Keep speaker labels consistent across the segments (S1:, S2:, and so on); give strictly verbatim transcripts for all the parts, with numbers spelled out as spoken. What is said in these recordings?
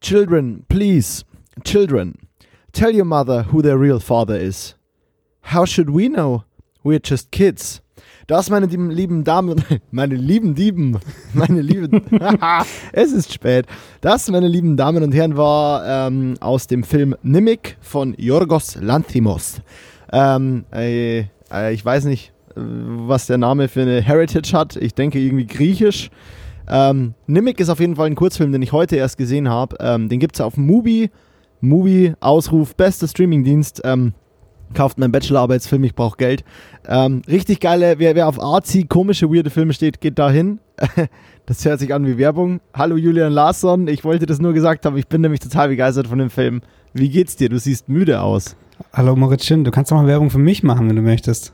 S1: Children, please, children, tell your mother who their real father is. How should we know? We're just kids. Das, meine lieben, lieben Damen, meine lieben Dieben, meine lieben, es ist spät. Das, meine lieben Damen und Herren, war ähm, aus dem Film Nimic von Yorgos Lanthimos. Ähm, äh, äh, ich weiß nicht, was der Name für eine Heritage hat. Ich denke irgendwie griechisch. Ähm, Nimic ist auf jeden Fall ein Kurzfilm, den ich heute erst gesehen habe. Ähm, den gibt es auf Mubi. Mubi, Ausruf, bester Streamingdienst. Ähm, kauft meinen Bachelorarbeitsfilm, ich brauche Geld. Ähm, richtig geile, wer, wer auf artsy, komische, weirde Filme steht, geht da hin. Das hört sich an wie Werbung. Hallo Julian Larsson, ich wollte das nur gesagt haben, ich bin nämlich total begeistert von dem Film. Wie geht's dir? Du siehst müde aus.
S2: Hallo Moritzchen, du kannst doch mal Werbung für mich machen, wenn du möchtest.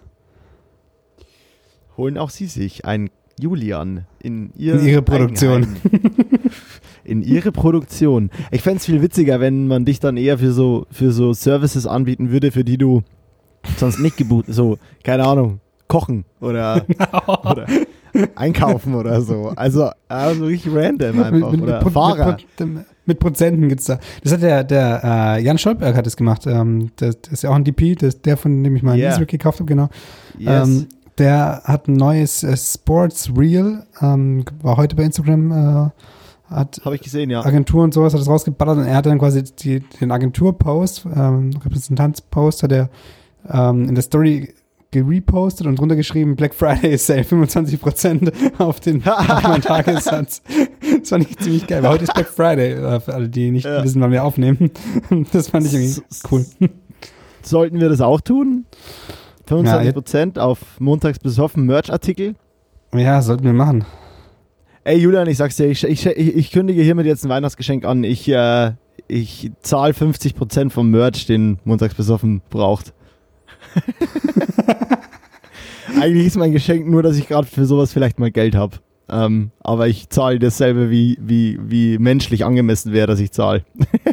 S1: Holen auch Sie sich einen Julian in, ihr
S2: in ihre Produktion.
S1: In ihre Produktion. Ich fände es viel witziger, wenn man dich dann eher für so, für so Services anbieten würde, für die du sonst nicht gebucht, so, keine Ahnung, kochen oder, oder einkaufen oder so. Also, also richtig random einfach. Mit, mit, oder mit, Fahrer.
S2: Mit, mit Prozenten gibt's da. Das hat der, der äh, Jan Scholberg hat das gemacht. Ähm, das, das ist ja auch ein D P, das, der, von dem ich mal yeah. Newsweek gekauft habe, genau.
S1: Yes.
S2: Ähm, der hat ein neues äh, Sports Reel, ähm, war heute bei Instagram, äh, hat
S1: Habe ich gesehen, ja.
S2: Agentur und sowas hat das rausgeballert und er hat dann quasi die, den Agenturpost, ähm, Repräsentanzpost, hat er ähm, in der Story gerepostet und drunter geschrieben, Black Friday Sale, fünfundzwanzig Prozent auf den auf meinen Tagessatz. Das fand ich ziemlich geil, weil heute ist Black Friday, äh, für alle, die nicht ja. wissen, wann wir aufnehmen. Das fand ich irgendwie cool.
S1: Sollten wir das auch tun? fünfundzwanzig Prozent ja, auf montags besoffen Merch-Artikel?
S2: Ja, sollten wir machen.
S1: Ey Julian, ich sag's dir, ich, ich, ich kündige hiermit jetzt ein Weihnachtsgeschenk an. Ich, äh, ich zahle fünfzig Prozent vom Merch, den montags besoffen braucht. Eigentlich ist mein Geschenk nur, dass ich gerade für sowas vielleicht mal Geld habe. Ähm, aber ich zahle dasselbe, wie, wie, wie menschlich angemessen wäre, dass ich zahle.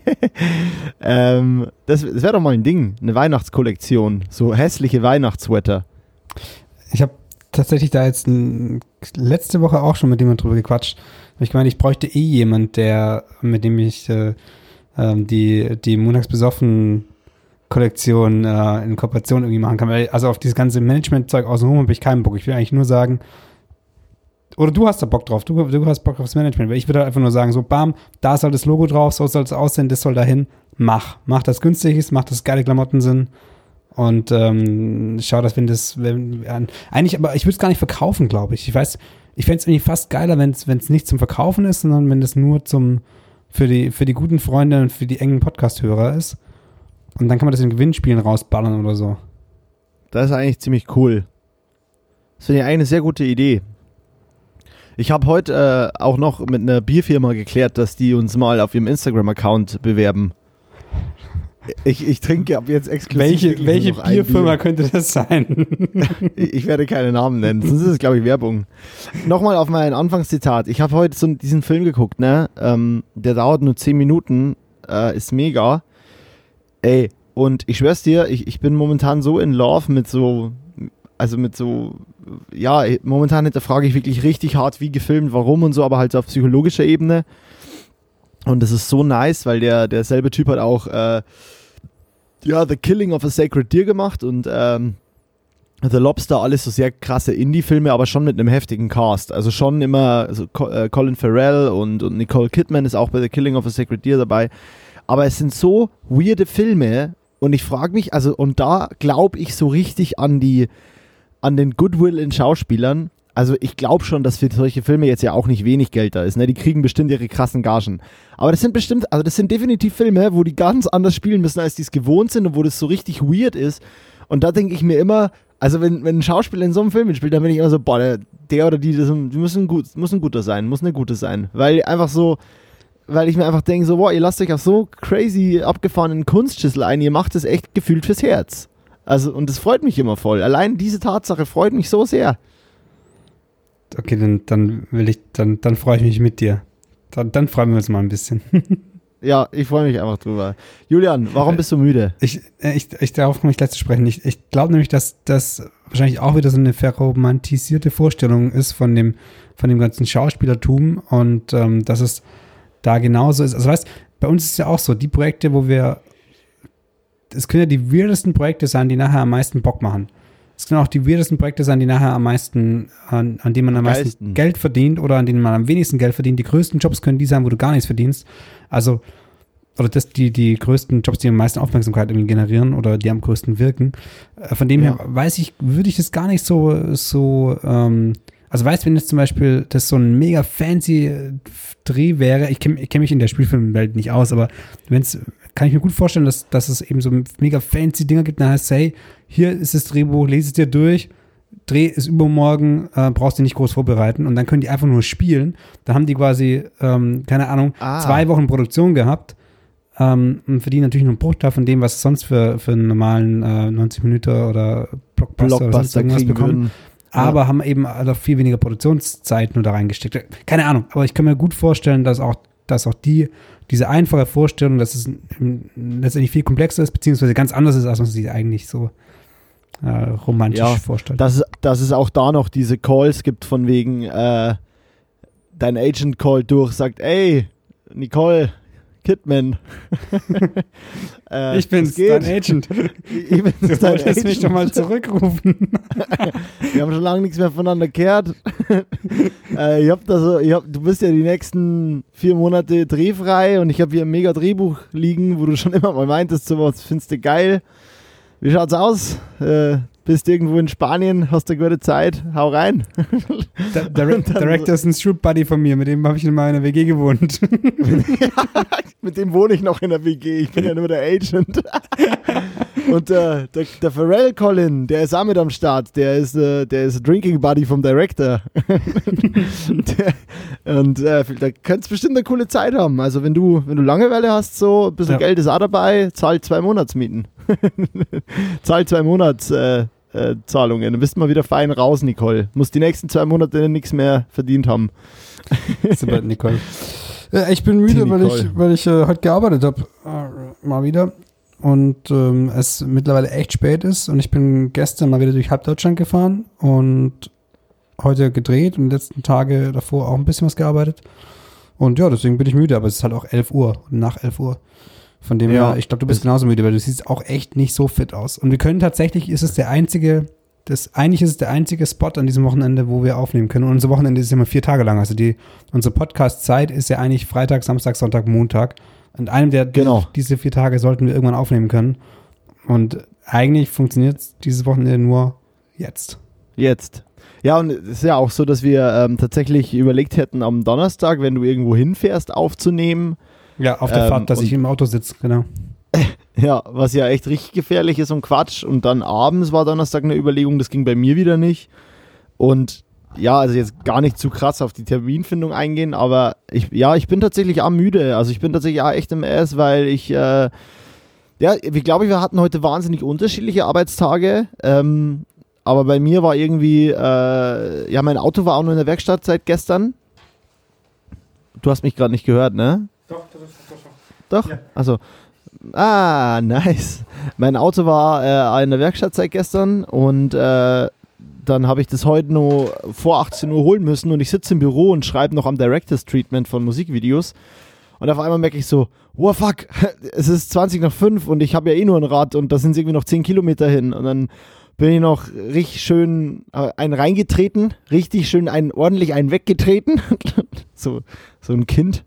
S1: ähm, das das wäre doch mal ein Ding, eine Weihnachtskollektion. So hässliche Weihnachtssweater.
S2: Ich habe tatsächlich da jetzt ein, letzte Woche auch schon mit jemand drüber gequatscht. Hab ich gemeint, ich bräuchte eh jemand, der, mit dem ich äh, ähm, die, die montagsbesoffen Kollektion äh, in Kooperation irgendwie machen kann. Weil, also auf dieses ganze Management-Zeug außenrum habe ich keinen Bock. Ich will eigentlich nur sagen, oder du hast da Bock drauf, du, du hast Bock aufs Management, weil ich würde einfach nur sagen, so bam, da soll das Logo drauf, so soll es aussehen, das soll dahin, mach. Mach, das günstig ist, mach, das geile Klamotten sind und ähm, schau, dass wenn das, wenn, eigentlich, aber ich würde es gar nicht verkaufen, glaube ich. Ich weiß, ich fände es irgendwie fast geiler, wenn es nicht zum Verkaufen ist, sondern wenn es nur zum, für die, für die guten Freunde und für die engen Podcast-Hörer ist. Und dann kann man das in Gewinnspielen rausballern oder so.
S1: Das ist eigentlich ziemlich cool. Das finde ich eigentlich eine sehr gute Idee. Ich habe heute äh, auch noch mit einer Bierfirma geklärt, dass die uns mal auf ihrem Instagram-Account bewerben. Ich, ich trinke ab jetzt exklusiv.
S2: Welche, welche Bierfirma Bier. Könnte das sein?
S1: Ich werde keine Namen nennen, sonst ist es, glaube ich, Werbung. Nochmal auf mein Anfangszitat. Ich habe heute so diesen Film geguckt, ne? Ähm, der dauert nur zehn Minuten, äh, ist mega. Ey, und ich schwör's dir, ich, ich bin momentan so in love mit so, also mit so, ja, momentan hinterfrage ich wirklich richtig hart, wie gefilmt, warum und so, aber halt so auf psychologischer Ebene. Und das ist so nice, weil der derselbe Typ hat auch, äh, ja, The Killing of a Sacred Deer gemacht und ähm, The Lobster, alles so sehr krasse Indie-Filme, aber schon mit einem heftigen Cast. Also schon immer, also Colin Farrell und, und Nicole Kidman ist auch bei The Killing of a Sacred Deer dabei. Aber es sind so weirde Filme und ich frage mich, also und da glaube ich so richtig an die, an den Goodwill in Schauspielern. Also ich glaube schon, dass für solche Filme jetzt ja auch nicht wenig Geld da ist. Ne? Die kriegen bestimmt ihre krassen Gagen. Aber das sind bestimmt, also das sind definitiv Filme, wo die ganz anders spielen müssen, als die es gewohnt sind und wo das so richtig weird ist. Und da denke ich mir immer, also wenn, wenn ein Schauspieler in so einem Film mitspielt, dann bin ich immer so, boah, der, der oder die, das, die müssen gut, muss ein guter sein, muss eine gute sein. Weil einfach so, weil ich mir einfach denke, so, boah, ihr lasst euch auf so crazy abgefahrenen Kunstschüssel ein, ihr macht es echt gefühlt fürs Herz. Also, und das freut mich immer voll. Allein diese Tatsache freut mich so sehr.
S2: Okay, dann, dann will ich, dann, dann freue ich mich mit dir. Dann, dann freuen wir uns mal ein bisschen.
S1: Ja, ich freue mich einfach drüber. Julian, warum bist du müde?
S2: Ich, ich, ich darauf komme ich gleich zu sprechen. Ich, ich glaube nämlich, dass das wahrscheinlich auch wieder so eine verromantisierte Vorstellung ist von dem, von dem ganzen Schauspielertum und ähm, dass es da genauso ist. Also weißt, bei uns ist es ja auch so, die Projekte, wo wir, es können ja die weirdesten Projekte sein, die nachher am meisten Bock machen. Es können auch die weirdesten Projekte sein, die nachher am meisten, an, an denen man am meisten
S1: Geisten.
S2: Geld verdient oder an denen man am wenigsten Geld verdient. Die größten Jobs können die sein, wo du gar nichts verdienst. Also, oder das, die, die größten Jobs, die am meisten Aufmerksamkeit irgendwie generieren oder die am größten wirken. Äh, Von dem
S1: Ja.
S2: her weiß ich, würde ich das gar nicht so, so, ähm, also weißt du, wenn jetzt zum Beispiel das so ein mega fancy äh, Dreh wäre, ich kenne ich kenn mich in der Spielfilmwelt nicht aus, aber wenn es, kann ich mir gut vorstellen, dass, dass es eben so mega fancy Dinger gibt, dann heißt es, hey, hier ist das Drehbuch, lese es dir durch, Dreh ist übermorgen, äh, brauchst du nicht groß vorbereiten und dann können die einfach nur spielen. Dann haben die quasi, ähm, keine Ahnung,
S1: Ah.
S2: zwei Wochen Produktion gehabt ähm, und verdienen natürlich nur einen Bruchteil von dem, was es sonst für, für einen normalen äh, neunzig Minuten oder Blockbuster, oder sonst
S1: Blockbuster
S2: irgendwas
S1: kriegen
S2: bekommen.
S1: würden.
S2: Aber haben eben also viel weniger Produktionszeit nur da reingesteckt. Keine Ahnung, aber ich kann mir gut vorstellen, dass auch, dass auch die, diese einfache Vorstellung, dass es ähm, letztendlich viel komplexer ist, beziehungsweise ganz anders ist, als man sich eigentlich so äh, romantisch
S1: Ja,
S2: vorstellt.
S1: Dass, dass es auch da noch diese Calls gibt von wegen, äh, dein Agent callt durch, sagt, ey, Nicole Kidman. äh,
S2: ich bin's,
S1: was geht?
S2: dein Agent.
S1: Ich bin's,
S2: Du
S1: dein
S2: wolltest
S1: Agent.
S2: mich doch mal zurückrufen.
S1: Wir haben schon lange nichts mehr voneinander gehört. äh, ich hab da so, ich hab, du bist ja die nächsten vier Monate drehfrei und ich habe hier ein mega Drehbuch liegen, wo du schon immer mal meintest, sowas findest du geil. Wie schaut's aus? Äh, bist irgendwo in Spanien, hast eine gute Zeit, hau rein.
S2: Der Direct, Director ist ein Shoot Buddy von mir, mit dem habe ich in meiner W G gewohnt.
S1: Mit dem wohne ich noch in der W G, ich bin ja nur der Agent. Und äh, der, der Pharrell Colin, der ist auch mit am Start, der ist, äh, der ist Drinking Buddy vom Director. der, und äh, da könntest du bestimmt eine coole Zeit haben. Also wenn du, wenn du Langeweile hast, so ein bisschen
S2: Ja.
S1: Geld ist auch dabei, zahlt zwei Monatsmieten. zahlt zwei Monats äh, äh, Zahlungen. Dann bist du mal wieder fein raus, Nicole. Musst die nächsten zwei Monate nichts mehr verdient haben.
S2: Super, Nicole. Ja, ich bin müde,
S1: Die
S2: weil ich,
S1: Nicole.
S2: weil ich äh, heute gearbeitet habe. Äh, mal wieder. Und ähm, es mittlerweile echt spät ist. Und ich bin gestern mal wieder durch halb Deutschland gefahren und heute gedreht und die letzten Tage davor auch ein bisschen was gearbeitet. Und ja, deswegen bin ich müde, aber es ist halt auch elf Uhr, nach elf Uhr. Von dem
S1: Ja.
S2: her, ich glaube, du bist genauso müde, weil du siehst auch echt nicht so fit aus. Und wir können tatsächlich, ist es der einzige, das, eigentlich ist es der einzige Spot an diesem Wochenende, wo wir aufnehmen können. Und unser Wochenende ist immer vier Tage lang. Also die, unsere Podcast-Zeit ist ja eigentlich Freitag, Samstag, Sonntag, Montag. Und einem der,
S1: Genau.
S2: diese vier Tage sollten wir irgendwann aufnehmen können. Und eigentlich funktioniert dieses Wochenende nur jetzt.
S1: Jetzt. Ja, und es ist ja auch so, dass wir ähm, tatsächlich überlegt hätten, am Donnerstag, wenn du irgendwo hinfährst, aufzunehmen.
S2: Ja, auf der
S1: Ähm,
S2: Fahrt, dass
S1: und-
S2: ich im Auto sitze, genau.
S1: Ja, was ja echt richtig gefährlich ist und Quatsch. Und dann abends war Donnerstag eine Überlegung, das ging bei mir wieder nicht. Und ja, also jetzt gar nicht zu krass auf die Terminfindung eingehen, aber ich, ja, ich bin tatsächlich auch müde. Also ich bin tatsächlich auch echt im Ass, weil ich, äh, ja, ich glaube, wir hatten heute wahnsinnig unterschiedliche Arbeitstage. Ähm, aber bei mir war irgendwie, äh, ja, mein Auto war auch nur in der Werkstatt seit gestern. Du hast mich gerade nicht gehört, ne?
S2: Doch, das ist doch schon.
S1: Doch?
S2: Ja.
S1: Also, ah, nice. Mein Auto war äh, in der Werkstatt seit gestern und äh, dann habe ich das heute nur vor achtzehn Uhr holen müssen und ich sitze im Büro und schreibe noch am Director's Treatment von Musikvideos und auf einmal merke ich so, oh fuck, es ist zwanzig nach fünf und ich habe ja eh nur ein Rad und da sind irgendwie noch zehn Kilometer hin und dann bin ich noch richtig schön äh, einen reingetreten, richtig schön einen ordentlich einen weggetreten. so, so ein Kind.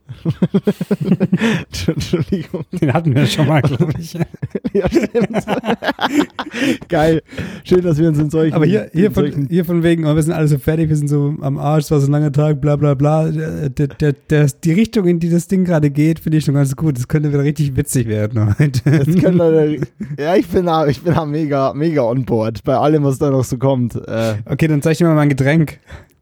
S1: Entschuldigung.
S2: Den hatten wir schon mal, glaube ich.
S1: Ja, stimmt. Geil. Schön, dass wir uns in solchen...
S2: Aber hier, hier,
S1: in
S2: von,
S1: solchen
S2: hier von wegen, oh, wir sind alle so fertig, wir sind so am Arsch, es war so ein langer Tag, bla bla bla. Der, der, der, die Richtung, in die das Ding gerade geht, finde ich schon ganz gut. Das könnte wieder richtig witzig werden heute.
S1: das können Leute, ja, ich bin da, ich bin da mega, mega on board bei allem, was da noch so kommt. Äh,
S2: Okay, dann zeig ich dir mal mein Getränk.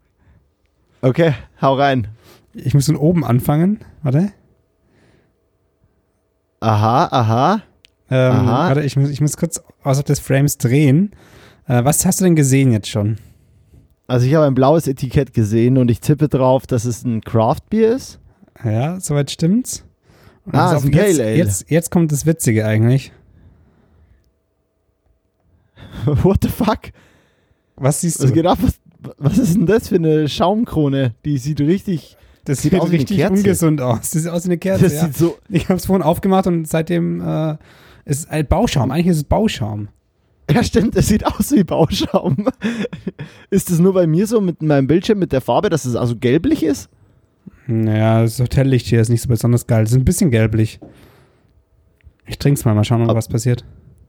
S1: okay, hau rein.
S2: Ich muss von oben anfangen. Warte.
S1: Aha, aha.
S2: Ähm,
S1: Aha.
S2: Warte, ich muss, ich muss kurz außerhalb des Frames drehen. Äh, was hast du denn gesehen jetzt schon?
S1: Also ich habe ein blaues Etikett gesehen und ich tippe drauf, dass es ein Craft-Bier ist.
S2: Ja, soweit stimmt's. Und
S1: Ah,
S2: pass
S1: ist
S2: auf,
S1: ein
S2: jetzt,
S1: Pale Ale.
S2: jetzt, jetzt kommt das Witzige eigentlich.
S1: What the fuck?
S2: Was siehst
S1: Was
S2: du?
S1: geht ab? Was, was ist denn das für eine Schaumkrone? Die sieht richtig
S2: Das sieht, sieht
S1: aus wie eine
S2: richtig
S1: Kerze.
S2: ungesund aus. Das sieht aus wie eine Kerze,
S1: Das
S2: ja.
S1: sieht so,
S2: Ich habe es vorhin aufgemacht und seitdem äh, ist es ein Bauschaum. Eigentlich ist es Bauschaum.
S1: ja stimmt, es sieht aus wie Bauschaum. Ist es nur bei mir so mit meinem Bildschirm, mit der Farbe, dass es also gelblich ist?
S2: Naja, das Hotellicht hier ist nicht so besonders geil. Es ist ein bisschen gelblich. Ich trink's mal, mal schauen,
S1: Ab-
S2: was passiert.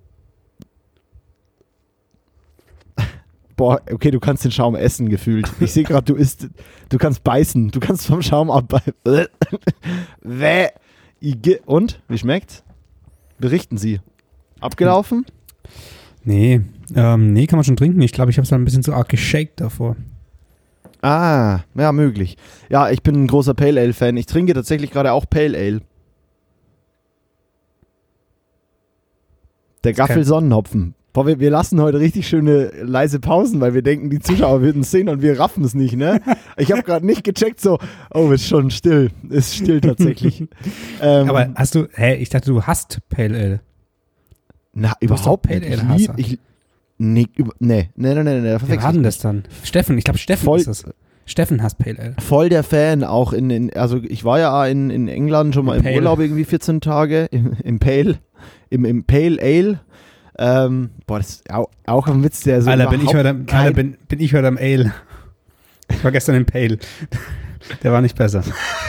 S1: Boah, okay, du kannst den Schaum essen, gefühlt. Ich sehe gerade, du isst, du kannst beißen, du kannst vom Schaum abbeißen. Wäh. Ige- Und? Wie schmeckt's? Berichten Sie. Abgelaufen?
S2: Nee, ähm, nee, kann man schon trinken. Ich glaube, ich habe es ein bisschen zu arg geshaked davor.
S1: Ah, ja, möglich. Ja, ich bin ein großer Pale Ale Fan. Ich trinke tatsächlich gerade auch Pale Ale. Der
S2: Ist kein-
S1: Gaffel Sonnenhopfen. Boah, wir, wir lassen heute richtig schöne leise Pausen, weil wir denken, die Zuschauer würden es sehen und wir raffen es nicht, ne? Ich habe gerade nicht gecheckt, so, oh, ist schon still. Ist still tatsächlich. ähm,
S2: Aber hast du, hä, ich dachte, du hast Pale Ale.
S1: na,
S2: bist
S1: überhaupt
S2: doch Pale
S1: nicht. Ich
S2: Ale
S1: lieb,
S2: Hasser.
S1: ich, nee, über, nee, nee, nee, nee, nee, da
S2: Wer
S1: verwechsel
S2: war
S1: ich
S2: denn
S1: mich.
S2: das dann? Steffen, ich glaube, Steffen
S1: Voll-
S2: ist das. Steffen hasst Pale Ale.
S1: Voll der Fan, auch in, in also ich war ja in, in England schon mal im
S2: Pale.
S1: Urlaub irgendwie vierzehn Tage, im, im Pale, im, im Pale Ale. Ähm, boah, das ist auch, auch ein Witz, der so
S2: Alter, bin ich,
S1: überhaupt
S2: heute, am-
S1: kein-
S2: Alter bin, bin ich heute am Ale. Ich war gestern im Pale. Der war nicht besser.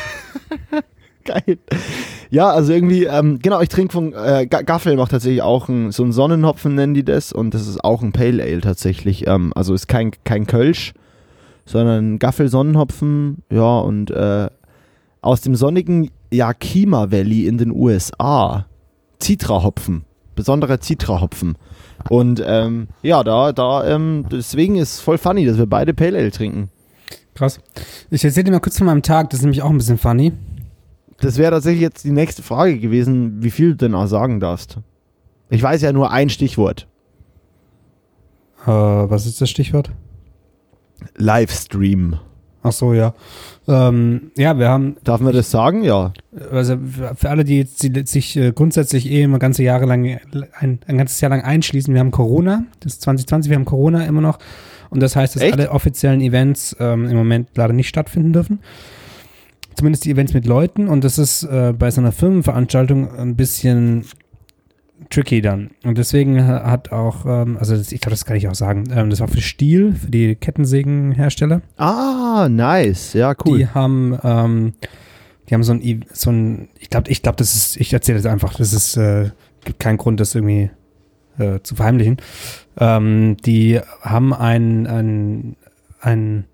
S1: Geil. Ja, also irgendwie, ähm, genau, ich trinke von, äh, Ga- Gaffel macht tatsächlich auch ein, so einen Sonnenhopfen, nennen die das, und das ist auch ein Pale Ale tatsächlich. Ähm, also ist kein, kein Kölsch, sondern Gaffel Sonnenhopfen, ja, und äh, aus dem sonnigen Yakima Valley in den U S A. Citra-Hopfen, besonderer Citra-Hopfen. Und ähm, ja, da, da, ähm, deswegen ist es voll funny, dass wir beide Pale Ale trinken.
S2: Krass. Ich erzähle dir mal kurz von meinem Tag, das ist nämlich auch ein bisschen funny.
S1: Das wäre tatsächlich jetzt die nächste Frage gewesen, wie viel du denn auch sagen darfst. Ich weiß ja nur ein Stichwort.
S2: Äh, was ist das Stichwort?
S1: Livestream.
S2: Ach so, ja. Ähm, ja, wir haben,
S1: Darf man das sagen? Ja.
S2: also für alle, die, jetzt- die sich äh, grundsätzlich eh immer ganze Jahre lang, ein, ein ganzes Jahr lang einschließen, wir haben Corona, das ist zwanzig zwanzig, wir haben Corona immer noch. Und das heißt, dass
S1: Echt?
S2: alle offiziellen Events ähm, im Moment leider nicht stattfinden dürfen. Zumindest die Events mit Leuten. Und das ist äh, bei so einer Firmenveranstaltung ein bisschen tricky dann. Und deswegen hat auch, ähm, also das, ich glaube, das kann ich auch sagen, ähm, das war für Stihl, für die Kettensägenhersteller.
S1: Ah, nice. Ja, cool.
S2: Die haben, ähm, die haben so ein, I- so ein ich glaube, ich glaube, das ist, ich erzähle das einfach, das ist, äh, gibt keinen Grund, das irgendwie äh, zu verheimlichen. Ähm, die haben ein, ein, ein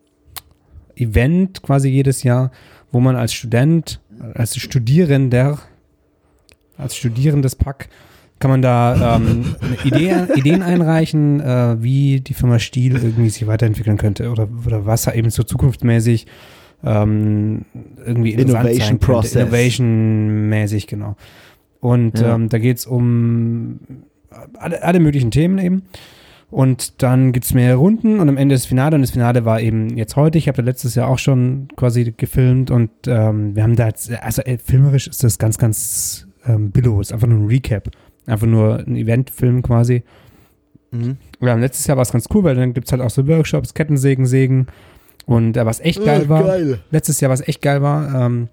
S2: Event quasi jedes Jahr, wo man als Student, als Studierender, als studierendes Pack, kann man da ähm, eine Idee, Ideen einreichen, äh, wie die Firma Stihl irgendwie sich weiterentwickeln könnte oder, oder was er eben so zukunftsmäßig ähm, irgendwie interessant
S1: Innovation
S2: sein könnte.
S1: Process.
S2: Innovation-mäßig, genau. Und
S1: Ja.
S2: ähm, da geht es um alle, alle möglichen Themen eben. Und dann gibt es mehrere Runden und am Ende das Finale. Und das Finale war eben jetzt heute. Ich habe da letztes Jahr auch schon quasi gefilmt und ähm, wir haben da jetzt, also äh, filmerisch ist das ganz, ganz ähm, billow. Ist einfach nur ein Recap. Einfach nur ein Eventfilm quasi.
S1: Mhm.
S2: Ja, letztes Jahr war es ganz cool, weil dann gibt es halt auch so Workshops, Kettensägen, Sägen. Und äh, was echt geil
S1: Äh,
S2: war,
S1: geil.
S2: letztes Jahr, was echt geil war, ähm,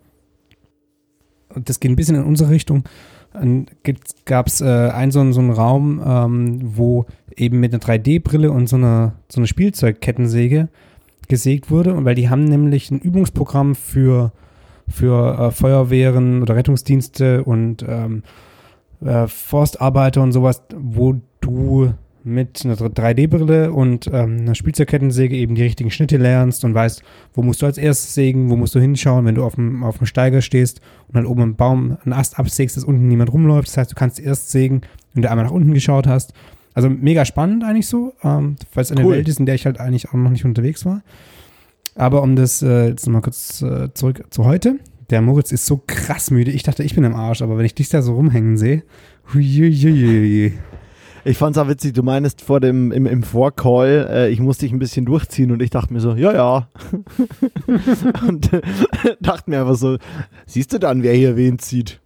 S2: und das geht ein bisschen in unsere Richtung, dann gab es äh, einen so, einen- so einen Raum, ähm, wo eben mit einer drei D Brille und so einer so eine Spielzeugkettensäge gesägt wurde. Und weil die haben nämlich ein Übungsprogramm für, für äh, Feuerwehren oder Rettungsdienste und ähm, äh, Forstarbeiter und sowas, wo du mit einer drei D Brille und ähm, einer Spielzeugkettensäge eben die richtigen Schnitte lernst und weißt, wo musst du als erstes sägen, wo musst du hinschauen, wenn du auf dem, auf dem Steiger stehst und dann oben im Baum einen Ast absägst, dass unten niemand rumläuft. Das heißt, du kannst erst sägen, wenn du einmal nach unten geschaut hast. Also mega spannend eigentlich so, ähm, weil es eine
S1: Cool.
S2: Welt ist, in der ich halt eigentlich auch noch nicht unterwegs war. Aber um das äh, jetzt nochmal kurz äh, zurück zu heute. Der Moritz ist so krass müde. Ich dachte, ich bin am Arsch, aber wenn ich dich da so rumhängen sehe, huiuiuiui.
S1: Ich fand's auch witzig, du meinst vor dem, im, im Vorcall, äh, ich musste dich ein bisschen durchziehen und ich dachte mir so, ja, ja. und äh, dachte mir einfach so, siehst du dann, wer hier wen zieht?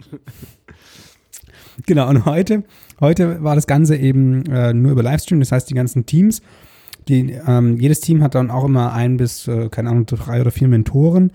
S2: Genau, und heute, heute war das Ganze eben äh, nur über Livestream, das heißt die ganzen Teams, die, ähm, jedes Team hat dann auch immer ein bis, äh, keine Ahnung, drei oder vier Mentoren,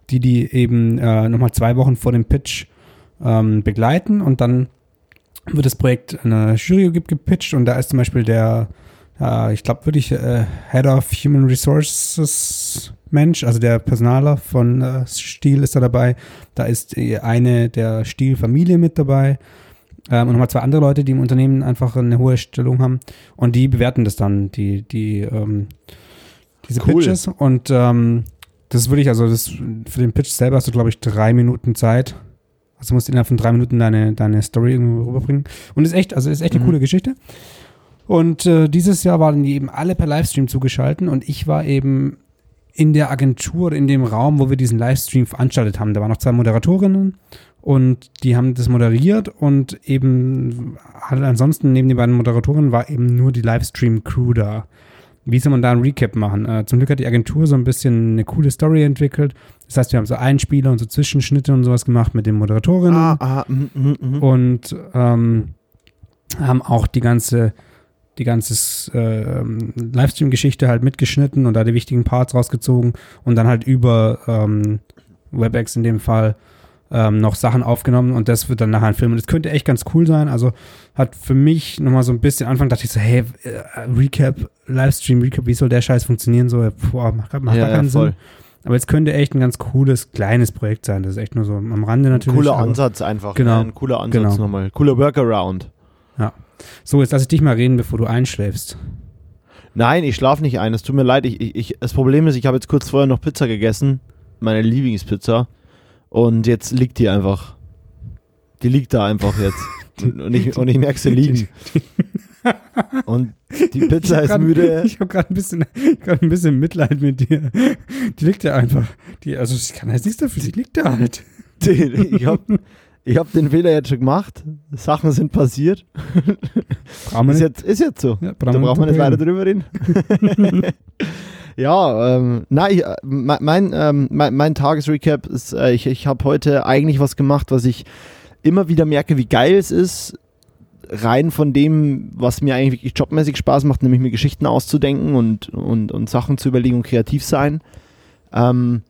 S2: die die eben äh, nochmal zwei Wochen vor dem Pitch ähm, begleiten und dann wird das Projekt einer Jury gepitcht und da ist zum Beispiel der, äh, ich glaube wirklich äh, Head of Human Resources Mensch, also der Personaler von äh, Stihl ist da dabei, da ist eine der Stihl-Familie mit dabei ähm, und nochmal zwei andere Leute, die im Unternehmen einfach eine hohe Stellung haben und die bewerten das dann, die, die ähm, diese cool. Pitches und ähm, das ist wirklich, also das, für den Pitch selber hast du, glaube ich, drei Minuten Zeit. Also du musst innerhalb von drei Minuten deine, deine Story irgendwo rüberbringen. Und ist echt, also ist echt eine mhm. coole Geschichte. Und äh, dieses Jahr waren die eben alle per Livestream zugeschaltet und ich war eben in der Agentur, in dem Raum, wo wir diesen Livestream veranstaltet haben. Da waren noch zwei Moderatorinnen und die haben das moderiert und eben halt ansonsten neben den beiden Moderatorinnen war eben nur die Livestream-Crew da. Wie soll man da ein Recap machen? Äh, zum Glück hat die Agentur so ein bisschen eine coole Story entwickelt. Das heißt, wir haben so Einspieler und so Zwischenschnitte und sowas gemacht mit den Moderatorinnen. Ah, ah, m, m, m. Und ähm, haben auch die ganze, die ganze äh, Livestream-Geschichte halt mitgeschnitten und da die wichtigen Parts rausgezogen und dann halt über ähm, WebEx in dem Fall ähm, noch Sachen aufgenommen und das wird dann nachher ein Film. Und das könnte echt ganz cool sein. Also hat für mich nochmal so ein bisschen, Anfang dachte ich so, hey, äh, Recap, Livestream, Recap, wie soll der Scheiß funktionieren? So, boah, macht, macht
S1: ja,
S2: gar keinen
S1: ja, voll.
S2: Sinn. Aber es könnte echt ein ganz cooles, kleines Projekt sein. Das ist echt nur so am Rande natürlich.
S1: Ein cooler
S2: aber,
S1: Ansatz einfach.
S2: Genau.
S1: Ne? Ein cooler Ansatz
S2: genau.
S1: nochmal. Cooler Workaround.
S2: Ja. So, jetzt lass ich dich mal reden, bevor du einschläfst.
S1: Nein, ich schlafe nicht ein. Es tut mir leid. Ich, ich, ich, das Problem ist, ich habe jetzt kurz vorher noch Pizza gegessen. Meine Lieblingspizza. Und jetzt liegt die einfach. Die liegt da einfach jetzt. Und, und, ich, und ich merke sie liegen. Und die Pizza ist
S2: grad,
S1: müde.
S2: Ich habe gerade ein, ein bisschen Mitleid mit dir. Die liegt da einfach. Die, also ich kann jetzt nichts dafür, die liegt da halt.
S1: Die, ich habe ich hab den Fehler jetzt schon gemacht. Sachen sind passiert. Ist jetzt, ist jetzt so. Ja, da braucht man nicht weiter drüber reden. Ja, ähm, nein, mein, ähm, mein, mein Tagesrecap ist, äh, ich, ich habe heute eigentlich was gemacht, was ich immer wieder merke, wie geil es ist, rein von dem, was mir eigentlich wirklich jobmäßig Spaß macht, nämlich mir Geschichten auszudenken und, und, und Sachen zu überlegen und kreativ sein. Ähm,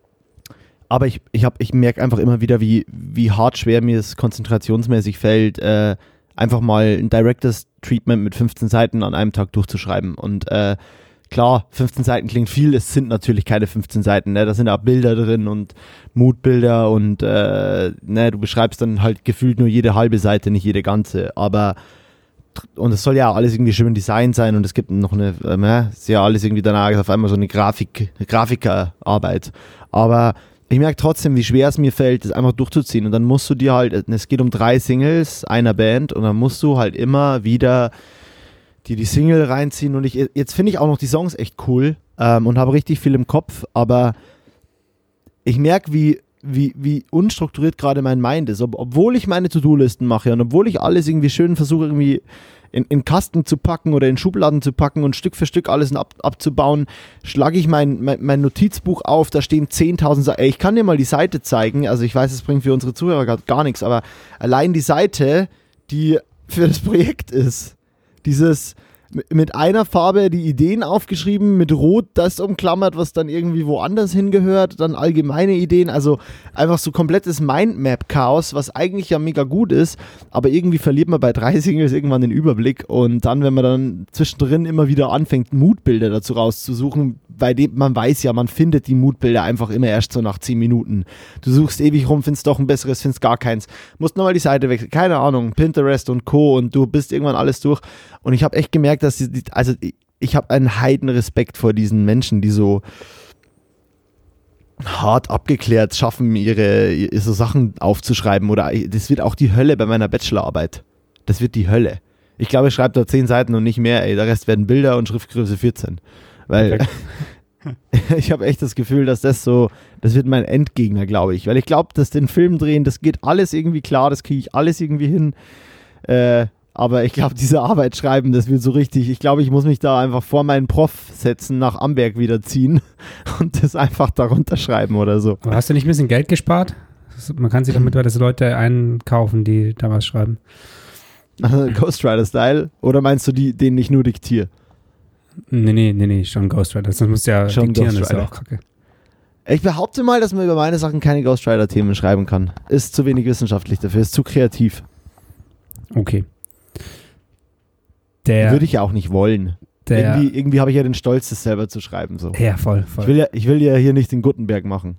S1: aber ich, ich, hab, ich merke einfach immer wieder, wie, wie hart schwer mir es konzentrationsmäßig fällt, äh, einfach mal ein Director's Treatment mit fünfzehn Seiten an einem Tag durchzuschreiben. Und äh, klar, fünfzehn Seiten klingt viel, es sind natürlich keine fünfzehn Seiten, ne? Da sind auch Bilder drin und Moodbilder und äh, ne, du beschreibst dann halt gefühlt nur jede halbe Seite, nicht jede ganze, aber und es soll ja alles irgendwie schön designt sein und es gibt noch eine, äh, ne, ist ja alles irgendwie danach auf einmal so eine Grafik, eine Grafikerarbeit, aber ich merke trotzdem, wie schwer es mir fällt, das einfach durchzuziehen und dann musst du dir halt, es geht um drei Singles einer Band und dann musst du halt immer wieder die die Single reinziehen und ich jetzt finde ich auch noch die Songs echt cool ähm, und habe richtig viel im Kopf, aber ich merke, wie, wie, wie unstrukturiert gerade mein Mind ist. Ob, obwohl ich meine To-Do-Listen mache und obwohl ich alles irgendwie schön versuche, irgendwie in, in Kasten zu packen oder in Schubladen zu packen und Stück für Stück alles ab, abzubauen, schlage ich mein, mein, mein Notizbuch auf, da stehen zehntausend Seiten. Ich kann dir mal die Seite zeigen, also ich weiß, es bringt für unsere Zuhörer gar, gar nichts, aber allein die Seite, die für das Projekt ist, dieses mit einer Farbe die Ideen aufgeschrieben, mit Rot das umklammert, was dann irgendwie woanders hingehört, dann allgemeine Ideen, also einfach so komplettes Mindmap-Chaos, was eigentlich ja mega gut ist, aber irgendwie verliert man bei drei Singles irgendwann den Überblick und dann, wenn man dann zwischendrin immer wieder anfängt, Moodbilder dazu rauszusuchen, bei dem man weiß ja, man findet die Moodbilder einfach immer erst so nach zehn Minuten. Du suchst ewig rum, findest doch ein besseres, findest gar keins. Musst nochmal die Seite wechseln, keine Ahnung, Pinterest und Co. und du bist irgendwann alles durch. Und ich habe echt gemerkt, dass die, also ich habe einen Heidenrespekt vor diesen Menschen, die so hart abgeklärt schaffen, ihre, ihre so Sachen aufzuschreiben oder das wird auch die Hölle bei meiner Bachelorarbeit. Das wird die Hölle. Ich glaube, ich schreibe da zehn Seiten und nicht mehr, ey. Der Rest werden Bilder und Schriftgröße vierzehn. Weil ich habe echt das Gefühl, dass das so, das wird mein Endgegner, glaube ich. Weil ich glaube, dass den Film drehen, das geht alles irgendwie klar, das kriege ich alles irgendwie hin. Äh, aber ich glaube, diese Arbeit schreiben, das wird so richtig, ich glaube, ich muss mich da einfach vor meinen Prof setzen, nach Amberg wieder ziehen und das einfach darunter schreiben oder so.
S2: Aber hast du nicht ein bisschen Geld gespart? Man kann sich damit das Leute einkaufen, die da was schreiben.
S1: Ghostwriter-Style? Oder meinst du die, denen ich nur diktiere?
S2: Nee, nee, nee, nee, schon Ghostwriter. Das muss ja
S1: schon
S2: diktieren, das ist ja auch kacke.
S1: Ich behaupte mal, dass man über meine Sachen keine Ghostwriter-Themen schreiben kann. Ist zu wenig wissenschaftlich dafür, ist zu kreativ.
S2: Okay. Der,
S1: Würde ich ja auch nicht wollen.
S2: der,
S1: irgendwie irgendwie habe ich ja den Stolz, das selber zu schreiben. So.
S2: Ja, voll, voll.
S1: Ich will ja, ich will ja hier nicht den Gutenberg machen.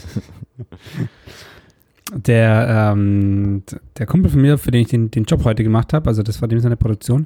S2: Der, ähm, der Kumpel von mir, für den ich den, den Job heute gemacht habe, also das war dem seine Produktion,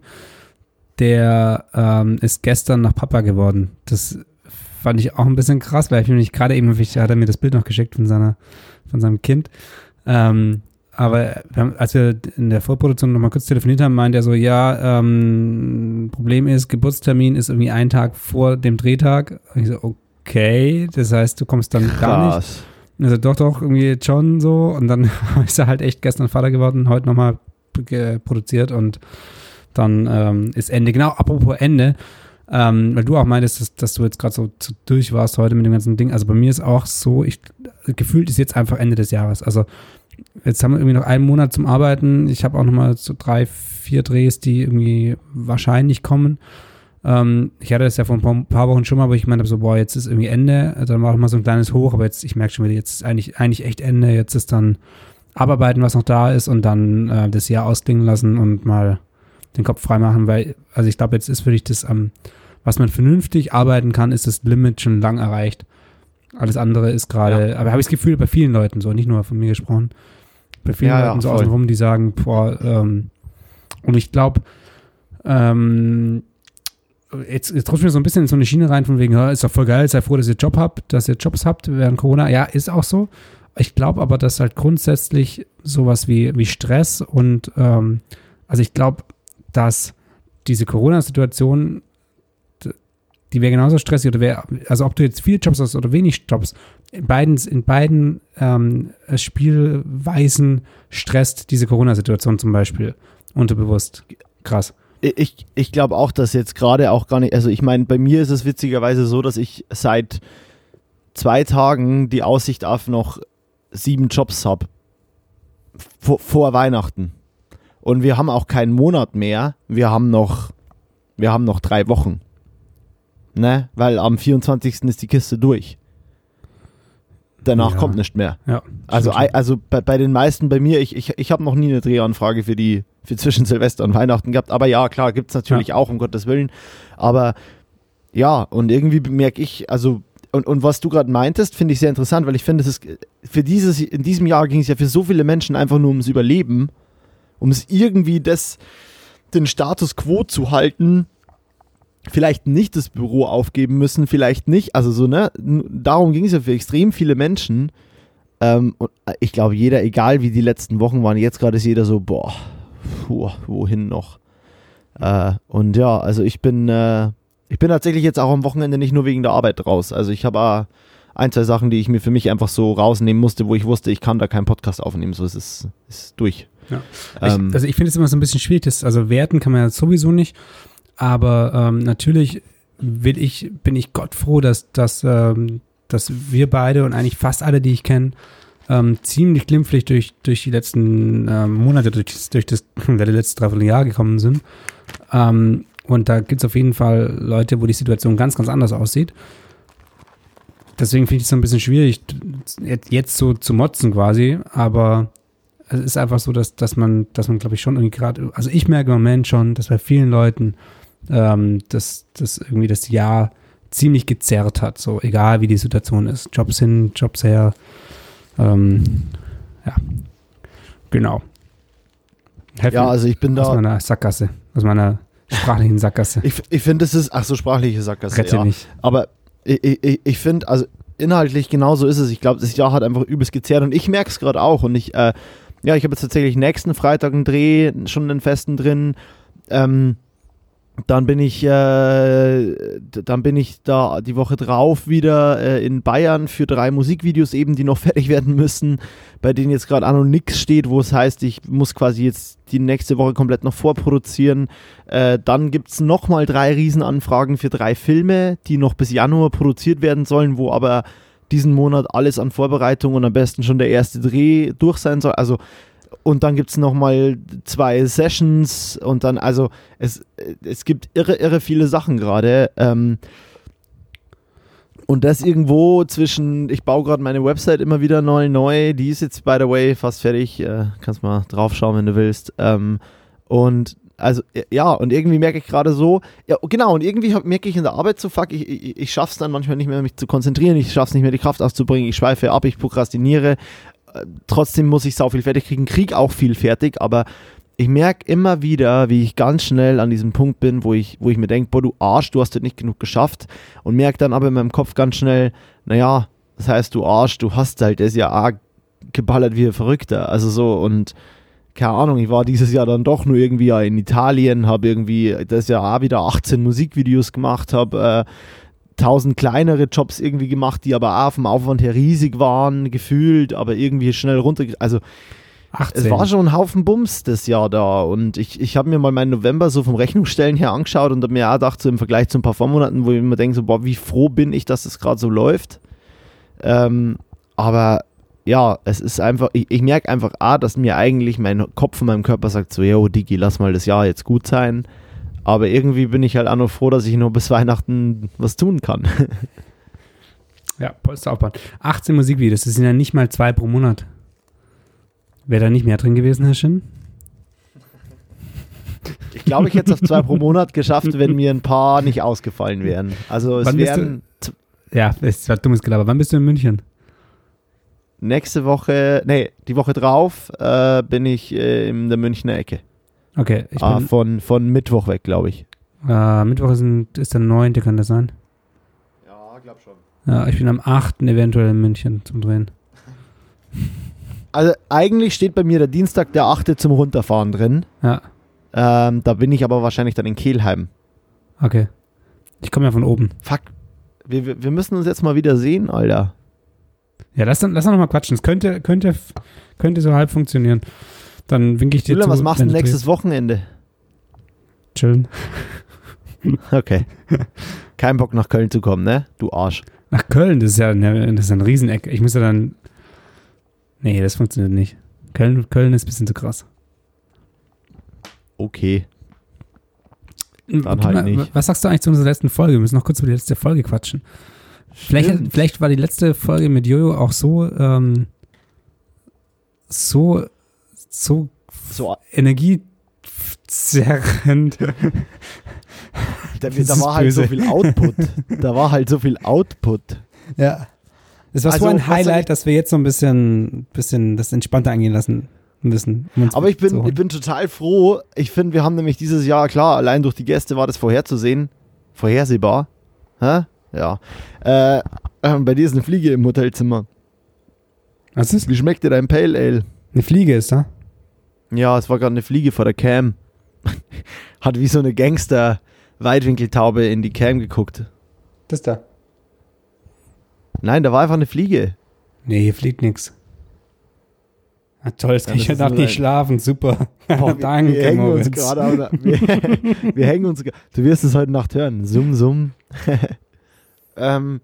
S2: der ähm, ist gestern nach Papa geworden. Das fand ich auch ein bisschen krass, weil ich nämlich gerade eben, hat er mir das Bild noch geschickt von seiner, von seinem Kind. Ähm, aber wir haben, als wir in der Vorproduktion nochmal kurz telefoniert haben, meinte er so, ja, ähm, Problem ist, Geburtstermin ist irgendwie ein Tag vor dem Drehtag. Und ich so, okay, das heißt, du kommst dann gar nicht. Also doch, doch, irgendwie jetzt schon so. Und dann ist er halt echt gestern Vater geworden, heute nochmal produziert und dann ähm, ist Ende. Genau, apropos Ende, ähm, weil du auch meintest, dass, dass du jetzt gerade so, so durch warst heute mit dem ganzen Ding. Also bei mir ist auch so, ich gefühlt ist jetzt einfach Ende des Jahres. Also jetzt haben wir irgendwie noch einen Monat zum Arbeiten. Ich habe auch nochmal so drei, vier Drehs, die irgendwie wahrscheinlich kommen. Ähm, ich hatte das ja vor ein paar Wochen schon mal, aber ich meinte so, boah, jetzt ist irgendwie Ende. Dann war auch mal so ein kleines Hoch, aber jetzt, ich merke schon wieder, jetzt ist eigentlich, eigentlich echt Ende. Jetzt ist dann Abarbeiten, was noch da ist und dann äh, das Jahr ausklingen lassen und mal den Kopf frei machen, weil, also ich glaube, jetzt ist wirklich das, ähm, was man vernünftig arbeiten kann, ist das Limit schon lang erreicht. Alles andere ist gerade, ja. Aber habe ich das Gefühl, bei vielen Leuten so, nicht nur von mir gesprochen, bei vielen
S1: ja,
S2: Leuten
S1: ja,
S2: so
S1: voll.
S2: außenrum, die sagen, boah, ähm, und ich glaube, ähm, jetzt, jetzt rutscht mir so ein bisschen in so eine Schiene rein von wegen, ja, ist doch voll geil, sei froh, dass ihr Job habt, dass ihr Jobs habt während Corona. Ja, ist auch so. Ich glaube aber, dass halt grundsätzlich sowas wie, wie Stress und, ähm, also ich glaube, dass diese Corona-Situation, die wäre genauso stressig oder wäre, also ob du jetzt viele Jobs hast oder wenig Jobs, in beiden, in beiden ähm, Spielweisen stresst diese Corona-Situation zum Beispiel unterbewusst. Krass.
S1: Ich, ich glaube auch, dass jetzt gerade auch gar nicht, also ich meine, bei mir ist es witzigerweise so, dass ich seit zwei Tagen die Aussicht auf noch sieben Jobs habe. Vor, vor Weihnachten. Und wir haben auch keinen Monat mehr. Wir haben noch, wir haben noch drei Wochen. Ne? Weil am vierundzwanzigsten ist die Kiste durch. Danach
S2: ja.
S1: kommt nichts mehr.
S2: Ja,
S1: also also bei, bei den meisten, bei mir, ich, ich, ich habe noch nie eine Drehanfrage für die für zwischen Silvester und Weihnachten gehabt. Aber ja, klar, gibt es natürlich ja. auch, um Gottes Willen. Aber ja, und irgendwie merke ich, also Und, und was du gerade meintest, finde ich sehr interessant, weil ich finde, es ist für dieses, in diesem Jahr ging es ja für so viele Menschen einfach nur ums Überleben, um es irgendwie das, den Status quo zu halten, vielleicht nicht das Büro aufgeben müssen, vielleicht nicht, also so, ne, darum ging es ja für extrem viele Menschen. Ähm, und ich glaube, jeder, egal wie die letzten Wochen waren, jetzt gerade ist jeder so, boah, puh, wohin noch? Äh, und ja, also ich bin, äh, Ich bin tatsächlich jetzt auch am Wochenende nicht nur wegen der Arbeit raus. Also ich habe auch ein, zwei Sachen, die ich mir für mich einfach so rausnehmen musste, wo ich wusste, ich kann da keinen Podcast aufnehmen. So ist es ist durch.
S2: Ja.
S1: Ähm,
S2: ich, also ich finde es immer so ein bisschen schwierig. Das, also werten kann man ja sowieso nicht. Aber ähm, natürlich will ich, bin ich Gott froh, dass, dass, ähm, dass wir beide und eigentlich fast alle, die ich kenne, ähm, ziemlich glimpflich durch, durch die letzten ähm, Monate, durch, durch das letzte Dreivierteljahr gekommen sind. Ähm, Und da gibt es auf jeden Fall Leute, wo die Situation ganz, ganz anders aussieht. Deswegen finde ich es so ein bisschen schwierig, jetzt so zu motzen quasi. Aber es ist einfach so, dass, dass man, dass man glaube ich, schon irgendwie gerade, also ich merke im Moment schon, dass bei vielen Leuten ähm, dass das irgendwie das Jahr ziemlich gezerrt hat. So egal, wie die Situation ist. Jobs hin, Jobs her. Ähm, ja, genau. Helfen
S1: ja, also ich bin
S2: aus
S1: da...
S2: Aus meiner Sackgasse, aus meiner sprachlichen Sackgasse.
S1: Ich, ich finde, es ist, ach so, sprachliche Sackgasse,
S2: Rette
S1: ja.
S2: nicht.
S1: Aber ich, ich, ich finde, also inhaltlich genauso ist es. Ich glaube, das Jahr hat einfach übelst gezerrt und ich merke es gerade auch. Und ich, äh, ja, ich habe jetzt tatsächlich nächsten Freitag einen Dreh, schon einen festen drin. Ähm, dann bin ich, äh, dann bin ich da die Woche drauf wieder äh, in Bayern für drei Musikvideos eben, die noch fertig werden müssen, bei denen jetzt gerade an und nix steht, wo es heißt, ich muss quasi jetzt die nächste Woche komplett noch vorproduzieren. Äh, dann gibt es nochmal drei Riesenanfragen für drei Filme, die noch bis Januar produziert werden sollen, wo aber diesen Monat alles an Vorbereitung und am besten schon der erste Dreh durch sein soll. Also und dann gibt es nochmal zwei Sessions und dann, also es, es gibt irre, irre viele Sachen gerade. Ähm, Und das irgendwo zwischen, ich baue gerade meine Website immer wieder neu, neu, die ist jetzt, by the way, fast fertig, äh, kannst mal draufschauen, wenn du willst. Ähm, und also, ja, und irgendwie merke ich gerade so, ja, genau, und irgendwie hab, merke ich in der Arbeit so, fuck, ich, ich, ich schaffe es dann manchmal nicht mehr, mich zu konzentrieren, ich schaffe es nicht mehr, die Kraft aufzubringen, ich schweife ab, ich prokrastiniere, äh, trotzdem muss ich sau viel fertig kriegen, krieg auch viel fertig, aber ich merke immer wieder, wie ich ganz schnell an diesem Punkt bin, wo ich, wo ich mir denke, boah, du Arsch, du hast das nicht genug geschafft, und merke dann aber in meinem Kopf ganz schnell, naja, das heißt, du Arsch, du hast halt das ja auch geballert wie ein Verrückter, also so, und keine Ahnung, ich war dieses Jahr dann doch nur irgendwie in Italien, habe irgendwie das Jahr auch wieder achtzehn Musikvideos gemacht, habe äh, tausend kleinere Jobs irgendwie gemacht, die aber auch vom Aufwand her riesig waren, gefühlt, aber irgendwie schnell runter, also achtzehn. Es war schon ein Haufen Bums das Jahr da, und ich, ich habe mir mal meinen November so vom Rechnungsstellen her angeschaut und habe mir auch gedacht, so im Vergleich zu ein paar Vormonaten, wo ich mir denke, so, boah, wie froh bin ich, dass das gerade so läuft. Ähm, aber ja, es ist einfach, ich, ich merke einfach auch, dass mir eigentlich mein Kopf und meinem Körper sagt so, yo, Digi, lass mal das Jahr jetzt gut sein. Aber irgendwie bin ich halt auch noch froh, dass ich noch bis Weihnachten was tun kann.
S2: Ja, Polster aufbauen. achtzehn Musikvideos, das sind ja nicht mal zwei pro Monat. Wäre da nicht mehr drin gewesen, Herr Schinn?
S1: Ich glaube, ich hätte es auf zwei pro Monat geschafft, wenn mir ein paar nicht ausgefallen wären. Also es wären...
S2: Ja, das war dummes Gelaber. Wann bist du in München?
S1: Nächste Woche, nee, die Woche drauf äh, bin ich äh, in der Münchner Ecke.
S2: Okay. Ich
S1: ah,
S2: bin,
S1: von, von Mittwoch weg, glaube ich.
S2: Äh, Mittwoch ist, ein, ist der neunte, kann das sein?
S1: Ja, glaub schon.
S2: Ja, ich bin am achten eventuell in München zum Drehen.
S1: Also eigentlich steht bei mir der Dienstag, der achte zum Runterfahren drin.
S2: Ja.
S1: Ähm, da bin ich aber wahrscheinlich dann in Kelheim.
S2: Okay. Ich komme ja von oben.
S1: Fuck. Wir, wir müssen uns jetzt mal wieder sehen, Alter.
S2: Ja, lass, lass noch mal quatschen. Es könnte, könnte, könnte so halb funktionieren. Dann winke ich dir
S1: Julian,
S2: zu.
S1: Was machst du nächstes
S2: drehst.
S1: Wochenende?
S2: Chillen.
S1: Okay. Kein Bock nach Köln zu kommen, ne? Du Arsch.
S2: Nach Köln, das ist ja eine, das ist ein Rieseneck. Ich muss ja dann... Nee, das funktioniert nicht. Köln, Köln ist ein bisschen zu krass.
S1: Okay. Dann halt
S2: mal,
S1: nicht.
S2: Was sagst du eigentlich zu unserer letzten Folge? Wir müssen noch kurz über die letzte Folge quatschen. Vielleicht, vielleicht war die letzte Folge mit Jojo auch so ähm, so so, so energiezerrend.
S1: Da, da war halt böse. so viel Output. Da war halt so viel Output.
S2: Ja. Es war also, so ein Highlight, dass wir jetzt so ein bisschen, bisschen das entspannter angehen lassen müssen. Um
S1: aber ich bin, ich bin total froh. Ich finde, wir haben nämlich dieses Jahr, klar, allein durch die Gäste war das vorherzusehen. Vorhersehbar. Hä? Ja. Äh, äh, bei dir ist eine Fliege im Hotelzimmer.
S2: Was ist?
S1: Wie schmeckt dir dein Pale Ale?
S2: Eine Fliege ist da?
S1: Ja, es war gerade eine Fliege vor der Cam. Hat wie so eine Gangster-Weitwinkeltaube in die Cam geguckt.
S2: Das da?
S1: Nein, da war einfach eine Fliege.
S2: Nee, hier fliegt nix. Ah, toll, jetzt kann ja, ich ja Nacht nicht schlafen. Super.
S1: Boah, Danke, wir, wir hängen uns gerade. Wir, wir hängen uns. Du wirst es heute Nacht hören. Summ, summ. ähm,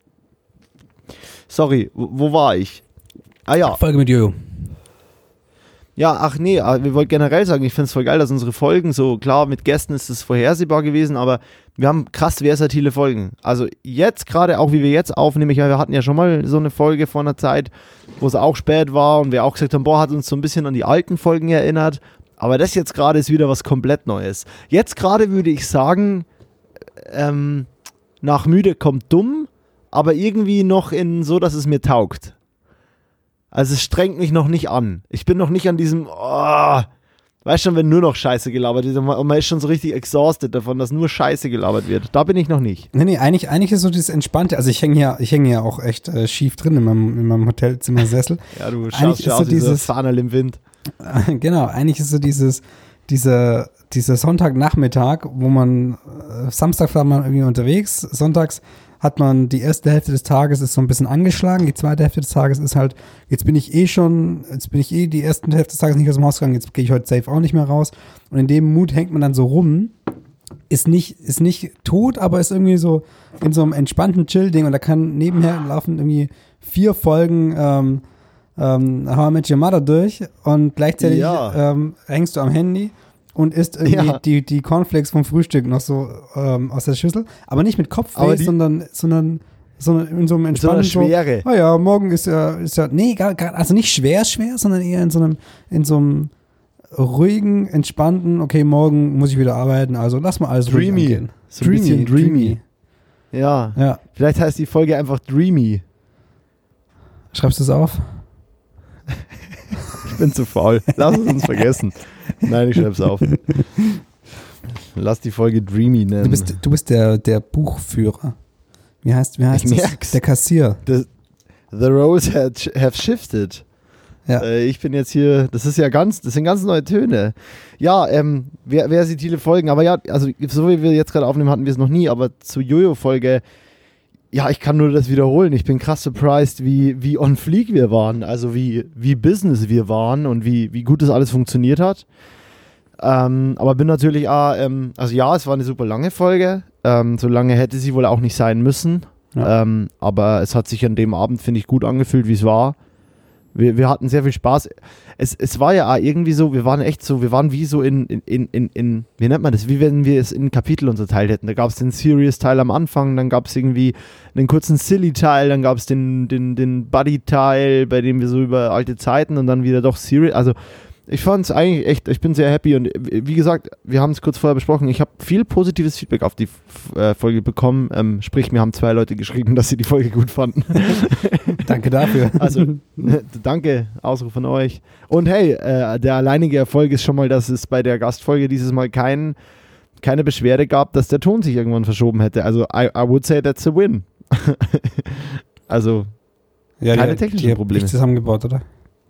S1: sorry, wo, wo war ich? Ah ja.
S2: Folge mit Jojo.
S1: Ja, ach nee, wir wollten generell sagen, ich finde es voll geil, dass unsere Folgen so, klar, mit Gästen ist es vorhersehbar gewesen, aber wir haben krass versatile Folgen. Also jetzt gerade, auch wie wir jetzt aufnehmen, ich meine, wir hatten ja schon mal so eine Folge vor einer Zeit, wo es auch spät war und wir auch gesagt haben, boah, hat uns so ein bisschen an die alten Folgen erinnert, aber das jetzt gerade ist wieder was komplett Neues. Jetzt gerade würde ich sagen, ähm, nach müde kommt dumm, aber irgendwie noch in so, dass es mir taugt. Also es strengt mich noch nicht an. Ich bin noch nicht an diesem, oh, weißt schon, wenn nur noch Scheiße gelabert wird und man ist schon so richtig exhausted davon, dass nur Scheiße gelabert wird. Da bin ich noch nicht.
S2: Nee, nee, eigentlich, eigentlich ist so dieses Entspannte, also ich hänge hier, ich hänge hier auch echt äh, schief drin in meinem, in meinem Hotelzimmersessel.
S1: Ja, du schaust ja so aus wie so Fahnerl im Wind.
S2: Äh, genau, eigentlich ist so dieses, diese, dieser Sonntagnachmittag, wo man, äh, Samstag war man irgendwie unterwegs, sonntags hat man die erste Hälfte des Tages ist so ein bisschen angeschlagen, die zweite Hälfte des Tages ist halt, jetzt bin ich eh schon, jetzt bin ich eh die erste Hälfte des Tages nicht aus dem Haus gegangen, jetzt gehe ich heute safe auch nicht mehr raus. Und in dem Mut hängt man dann so rum, ist nicht, ist nicht tot, aber ist irgendwie so in so einem entspannten Chill-Ding und da kann nebenher laufen irgendwie vier Folgen ähm, ähm, How I Met Your Mother durch und gleichzeitig ja. ähm, hängst du am Handy und isst irgendwie ja. die, die Cornflakes vom Frühstück noch so ähm, aus der Schüssel. Aber nicht mit Kopfweh, sondern, sondern sondern in so einem entspannten,
S1: so einer Schwere.
S2: So, ah ja, morgen ist ja, ist ja, nee, gar, gar, also nicht schwer, schwer, sondern eher in so einem, in so einem ruhigen, entspannten, okay, morgen muss ich wieder arbeiten, also lass mal alles
S1: dreamy.
S2: ruhig angehen.
S1: So ein bisschen dreamy. dreamy. Ja.
S2: ja.
S1: Vielleicht heißt die Folge einfach Dreamy.
S2: Schreibst du es auf?
S1: Ich bin zu faul. Lass es uns vergessen. Nein, ich schreib's auf. Lass die Folge Dreamy nennen.
S2: Du bist, du bist der, der Buchführer. Wie heißt, wie heißt
S1: ich
S2: das?
S1: Merk's.
S2: Der Kassier.
S1: The, the roles had, have shifted. Ja. Äh, ich bin jetzt hier, das ist ja ganz, das sind ganz neue Töne. Ja, ähm, wer, wer sieht viele Folgen, aber ja, also so wie wir jetzt gerade aufnehmen, hatten wir es noch nie, aber zur Jojo-Folge, ja, ich kann nur das wiederholen. Ich bin krass surprised, wie, wie on fleek wir waren, also wie, wie Business wir waren und wie, wie gut das alles funktioniert hat. Ähm, aber bin natürlich auch, ähm, also ja, es war eine super lange Folge, ähm, so lange hätte sie wohl auch nicht sein müssen, ja. ähm, aber es hat sich an dem Abend, finde ich, gut angefühlt, wie es war. Wir, wir hatten sehr viel Spaß. Es, es war ja auch irgendwie so, wir waren echt so, wir waren wie so in, in, in, in, wie nennt man das, wie wenn wir es in Kapitel unterteilt hätten. Da gab es den Serious-Teil am Anfang, dann gab es irgendwie einen kurzen Silly-Teil, dann gab es den, den, den Buddy-Teil, bei dem wir so über alte Zeiten und dann wieder doch Serious, also ich fand es eigentlich echt, ich bin sehr happy und wie gesagt, wir haben es kurz vorher besprochen, ich habe viel positives Feedback auf die F- äh, Folge bekommen, ähm, sprich mir haben zwei Leute geschrieben, dass sie die Folge gut fanden.
S2: Danke dafür.
S1: Also, danke, Ausruf von euch. Und hey, äh, der alleinige Erfolg ist schon mal, dass es bei der Gastfolge dieses Mal kein, keine Beschwerde gab, dass der Ton sich irgendwann verschoben hätte. Also, I, I would say that's a win. Also,
S2: ja,
S1: keine
S2: die,
S1: technischen
S2: die
S1: Probleme.
S2: Nicht zusammengebaut, oder?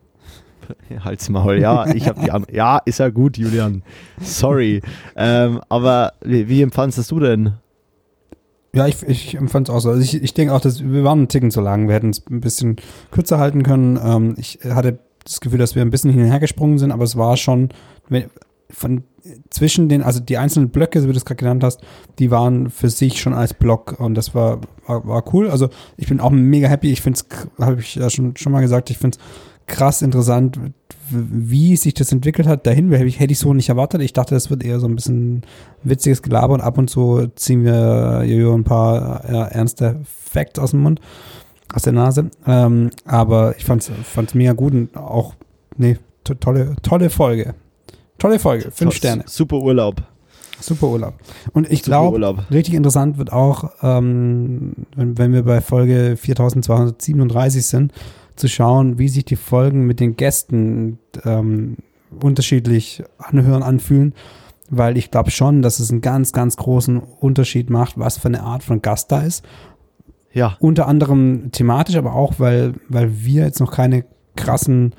S1: Halt's Maul, ja, ich habe die andere. Ja, ist ja gut, Julian. Sorry. ähm, aber wie, wie empfandest du denn?
S2: Ja, ich, ich empfand es auch so. Also ich, ich denke auch, dass wir waren einen Ticken zu lang. Wir hätten es ein bisschen kürzer halten können. Ähm, ich hatte das Gefühl, dass wir ein bisschen hin und her gesprungen sind, aber es war schon von zwischen den, also die einzelnen Blöcke, so wie du es gerade genannt hast, die waren für sich schon als Block und das war, war, war cool. Also ich bin auch mega happy. Ich finde es, habe ich ja schon, schon mal gesagt, ich finde es krass interessant, wie sich das entwickelt hat. Dahin hätte ich, hätte ich so nicht erwartet. Ich dachte, das wird eher so ein bisschen witziges Gelaber und ab und zu ziehen wir Jojo ein paar ja, ernste Facts aus dem Mund, aus der Nase. Ähm, aber ich fand es mega gut und auch, nee, to- tolle, tolle Folge. Tolle Folge, fünf Sterne.
S1: Super Urlaub.
S2: Super Urlaub. Und ich glaube, richtig interessant wird auch, ähm, wenn, wenn wir bei Folge viertausendzweihundertsiebenunddreißig sind, zu schauen, wie sich die Folgen mit den Gästen ähm, unterschiedlich anhören, anfühlen, weil ich glaube schon, dass es einen ganz, ganz großen Unterschied macht, was für eine Art von Gast da ist.
S1: Ja.
S2: Unter anderem thematisch, aber auch, weil, weil wir jetzt noch keine krassen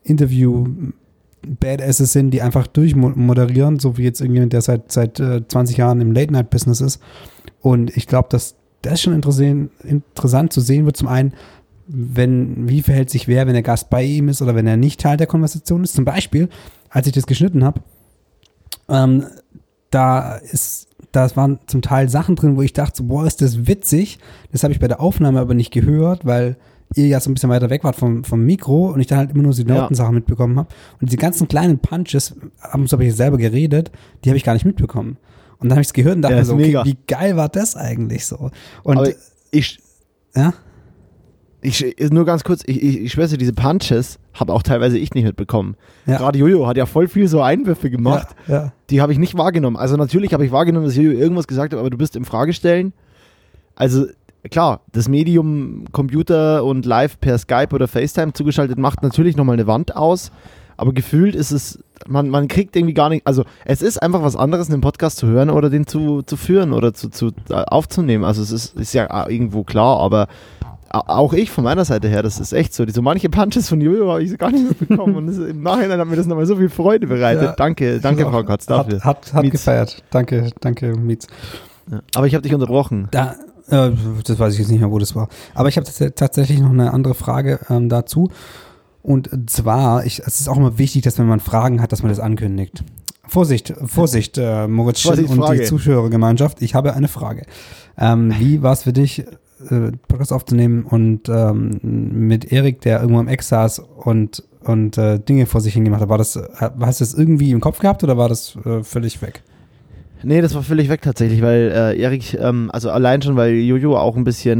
S2: Interview-Badasses sind, die einfach durchmoderieren, so wie jetzt irgendjemand, der seit, seit äh, zwanzig Jahren im Late-Night-Business ist. Und ich glaube, dass das schon interessant, interessant zu sehen wird. Zum einen, wenn, wie verhält sich wer, wenn der Gast bei ihm ist oder wenn er nicht Teil der Konversation ist. Zum Beispiel, als ich das geschnitten habe, ähm, da ist, da waren zum Teil Sachen drin, wo ich dachte, so, boah, ist das witzig. Das habe ich bei der Aufnahme aber nicht gehört, weil ihr ja so ein bisschen weiter weg wart vom, vom Mikro und ich dann halt immer nur die Notensachen ja. mitbekommen habe. Und diese ganzen kleinen Punches, ab und zu habe ich selber geredet, die habe ich gar nicht mitbekommen. Und dann habe ich es gehört und dachte
S1: ja,
S2: mir so, okay,
S1: mega.
S2: wie geil war das eigentlich so? Und
S1: aber ich,
S2: ja?
S1: Ich, nur ganz kurz, ich, ich, ich schwöre dir, diese Punches habe auch teilweise ich nicht mitbekommen. Ja. Gerade Jojo hat ja voll viel so Einwürfe gemacht,
S2: ja, ja.
S1: die habe ich nicht wahrgenommen. Also natürlich habe ich wahrgenommen, dass Jojo irgendwas gesagt hat, aber du bist im Fragestellen. Also klar, das Medium Computer und live per Skype oder FaceTime zugeschaltet macht natürlich nochmal eine Wand aus, aber gefühlt ist es, man, man kriegt irgendwie gar nicht, also es ist einfach was anderes, einen Podcast zu hören oder den zu, zu führen oder zu, zu aufzunehmen. Also es ist, ist ja irgendwo klar, aber auch ich von meiner Seite her, das ist echt so. Die, so manche Punches von Jojo habe ich gar nicht mitbekommen und das, im Nachhinein hat mir das nochmal so viel Freude bereitet. Ja, danke, danke Frau Kotz dafür.
S2: Hat, hat, hat gefeiert. Danke, danke Mietz.
S1: Ja, aber ich habe dich unterbrochen.
S2: Da, äh, das weiß ich jetzt nicht mehr, wo das war. Aber ich habe tatsächlich noch eine andere Frage ähm, dazu. Und zwar, ich, es ist auch immer wichtig, dass wenn man Fragen hat, dass man das ankündigt. Vorsicht, Vorsicht, äh, Moritz Vorsicht, und Frage. Die Zuschauergemeinschaft. Ich habe eine Frage. Ähm, wie war es für dich, Podcast aufzunehmen und ähm, mit Erik, der irgendwo am Eck saß und, und äh, Dinge vor sich hingemacht hat. War das, hast du das irgendwie im Kopf gehabt oder war das äh, völlig weg?
S1: Nee, das war völlig weg tatsächlich, weil äh, Erik, ähm, also allein schon, weil Jojo auch ein bisschen,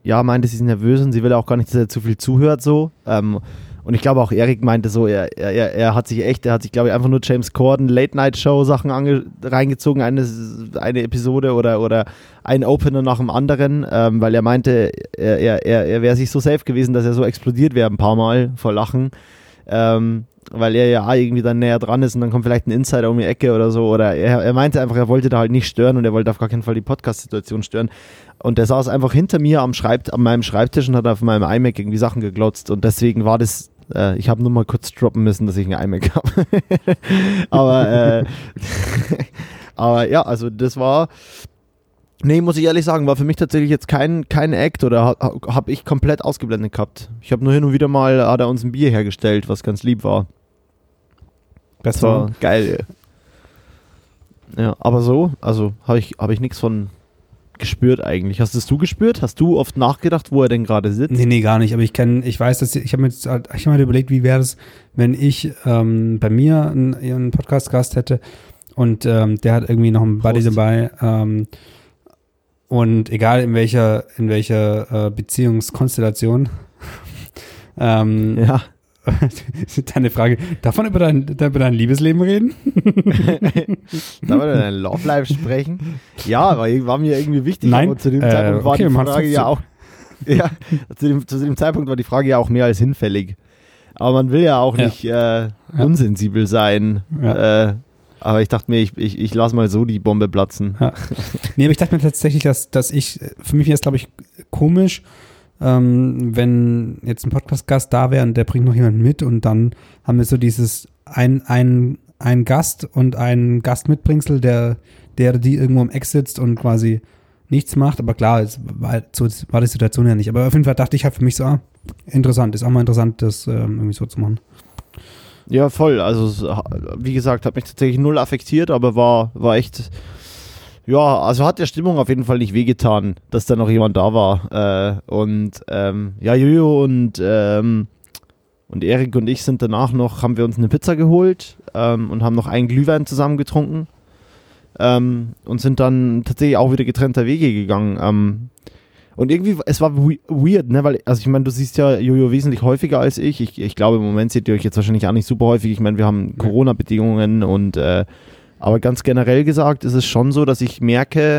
S1: ja, meinte, sie ist nervös und sie will auch gar nicht, dass er zu viel zuhört so. Ähm, und ich glaube auch Erik meinte so, er, er, er hat sich echt, er hat sich glaube ich einfach nur James Corden Late-Night-Show-Sachen ange- reingezogen, eine, eine Episode oder, oder ein Opener nach dem anderen, ähm, weil er meinte, er, er, er wäre sich so safe gewesen, dass er so explodiert wäre ein paar Mal vor Lachen, ähm, weil er ja irgendwie dann näher dran ist und dann kommt vielleicht ein Insider um die Ecke oder so, oder er, er meinte einfach, er wollte da halt nicht stören und er wollte auf gar keinen Fall die Podcast-Situation stören. Und der saß einfach hinter mir am Schreibt, an meinem Schreibtisch und hat auf meinem iMac irgendwie Sachen geglotzt und deswegen war das, äh, ich habe nur mal kurz droppen müssen, dass ich ein iMac habe. aber, äh, aber ja, also das war, nee, muss ich ehrlich sagen, war für mich tatsächlich jetzt kein, kein Act oder ha, habe ich komplett ausgeblendet gehabt. Ich habe nur hin und wieder mal, hat er uns ein Bier hergestellt, was ganz lieb war. Das war geil. Ja, aber so, also habe ich, hab ich nichts von gespürt eigentlich. Hast es du gespürt? Hast du oft nachgedacht, wo er denn gerade sitzt?
S2: Nee, nee, gar nicht. Aber ich kann, ich weiß, dass ich habe mir jetzt, ich habe mal überlegt, wie wäre es, wenn ich ähm, bei mir einen, einen Podcast-Gast hätte und ähm, der hat irgendwie noch einen Buddy Prost. dabei ähm, und egal in welcher in welcher äh, Beziehungskonstellation ähm,
S1: ja.
S2: Deine Frage, darf man über dein, über dein Liebesleben reden?
S1: Darf man über dein Love Life sprechen? Ja, war, war mir irgendwie wichtig,
S2: Nein,
S1: aber zu dem
S2: äh,
S1: Zeitpunkt war
S2: okay,
S1: die Frage ja auch, ja, zu dem, zu dem Zeitpunkt war die Frage ja auch mehr als hinfällig. Aber man will ja auch nicht ja. Äh, unsensibel sein. Ja. Äh, aber ich dachte mir, ich, ich, ich lasse mal so die Bombe platzen.
S2: Ja. Nee, aber ich dachte mir tatsächlich, dass, dass ich, für mich wäre es, glaube ich, komisch, Ähm, wenn jetzt ein Podcast-Gast da wäre und der bringt noch jemanden mit und dann haben wir so dieses ein, ein, ein Gast und ein Gastmitbringsel, der, der die irgendwo im Eck sitzt und quasi nichts macht, aber klar, es war, so war die Situation ja nicht, aber auf jeden Fall dachte ich halt für mich so, ah, interessant, ist auch mal interessant, das ähm, irgendwie so zu machen.
S1: Ja, voll, also wie gesagt, hat mich tatsächlich null affektiert, aber war, war echt... Ja, also hat der Stimmung auf jeden Fall nicht wehgetan, dass da noch jemand da war. Äh, und ähm, ja, Jojo und, ähm, und Erik und ich sind danach noch, haben wir uns eine Pizza geholt ähm, und haben noch einen Glühwein zusammen getrunken ähm, und sind dann tatsächlich auch wieder getrennter Wege gegangen. Ähm, und irgendwie, es war we- weird, ne, weil, also ich meine, du siehst ja Jojo wesentlich häufiger als ich. ich. Ich glaube, im Moment seht ihr euch jetzt wahrscheinlich auch nicht super häufig. Ich meine, wir haben ja. Corona-Bedingungen und äh, aber ganz generell gesagt ist es schon so, dass ich merke,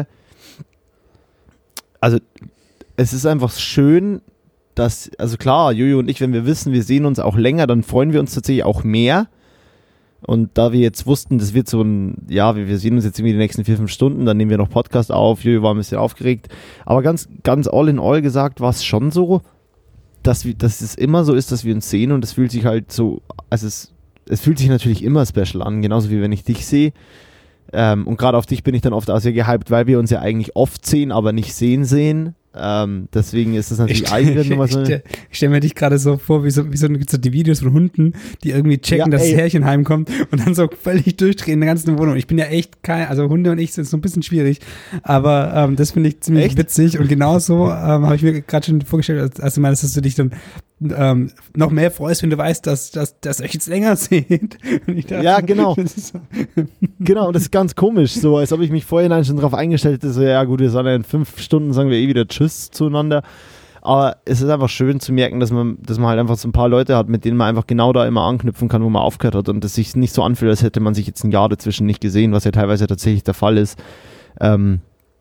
S1: also es ist einfach schön, dass, also klar, Jojo und ich, wenn wir wissen, wir sehen uns auch länger, dann freuen wir uns tatsächlich auch mehr. Und da wir jetzt wussten, das wird so ein, ja, wir, wir sehen uns jetzt irgendwie die nächsten vier, fünf Stunden, dann nehmen wir noch Podcast auf, Jojo war ein bisschen aufgeregt. Aber ganz, ganz all in all gesagt war es schon so, dass, wir, dass es immer so ist, dass wir uns sehen und es fühlt sich halt so, also es Es fühlt sich natürlich immer special an, genauso wie wenn ich dich sehe. Ähm, und gerade auf dich bin ich dann oft auch sehr gehypt, weil wir uns ja eigentlich oft sehen, aber nicht sehen sehen. Ähm, deswegen ist das natürlich eigentlich nochmal so.
S2: Ich stelle mir dich gerade so vor, wie so, wie so, so die Videos von Hunden, die irgendwie checken, ja, dass ey. das Härchen heimkommt und dann so völlig durchdrehen in der ganzen Wohnung. Ich bin ja echt kein, also Hunde und ich sind so ein bisschen schwierig, aber ähm, das finde ich ziemlich echt? witzig und genauso ähm, habe ich mir gerade schon vorgestellt, als, als du meinst, dass du dich dann ähm, noch mehr freust, wenn du weißt, dass, dass, dass euch jetzt länger seht.
S1: Dachte, ja, genau. So genau, und das ist ganz komisch, so als ob ich mich vorhin schon darauf eingestellt hätte, so ja gut, wir sollen ja in fünf Stunden sagen wir eh wieder Tschüss zueinander. Aber es ist einfach schön zu merken, dass man, dass man halt einfach so ein paar Leute hat, mit denen man einfach genau da immer anknüpfen kann, wo man aufgehört hat und dass sich nicht so anfühlt, als hätte man sich jetzt ein Jahr dazwischen nicht gesehen, was ja teilweise tatsächlich der Fall ist. Ähm,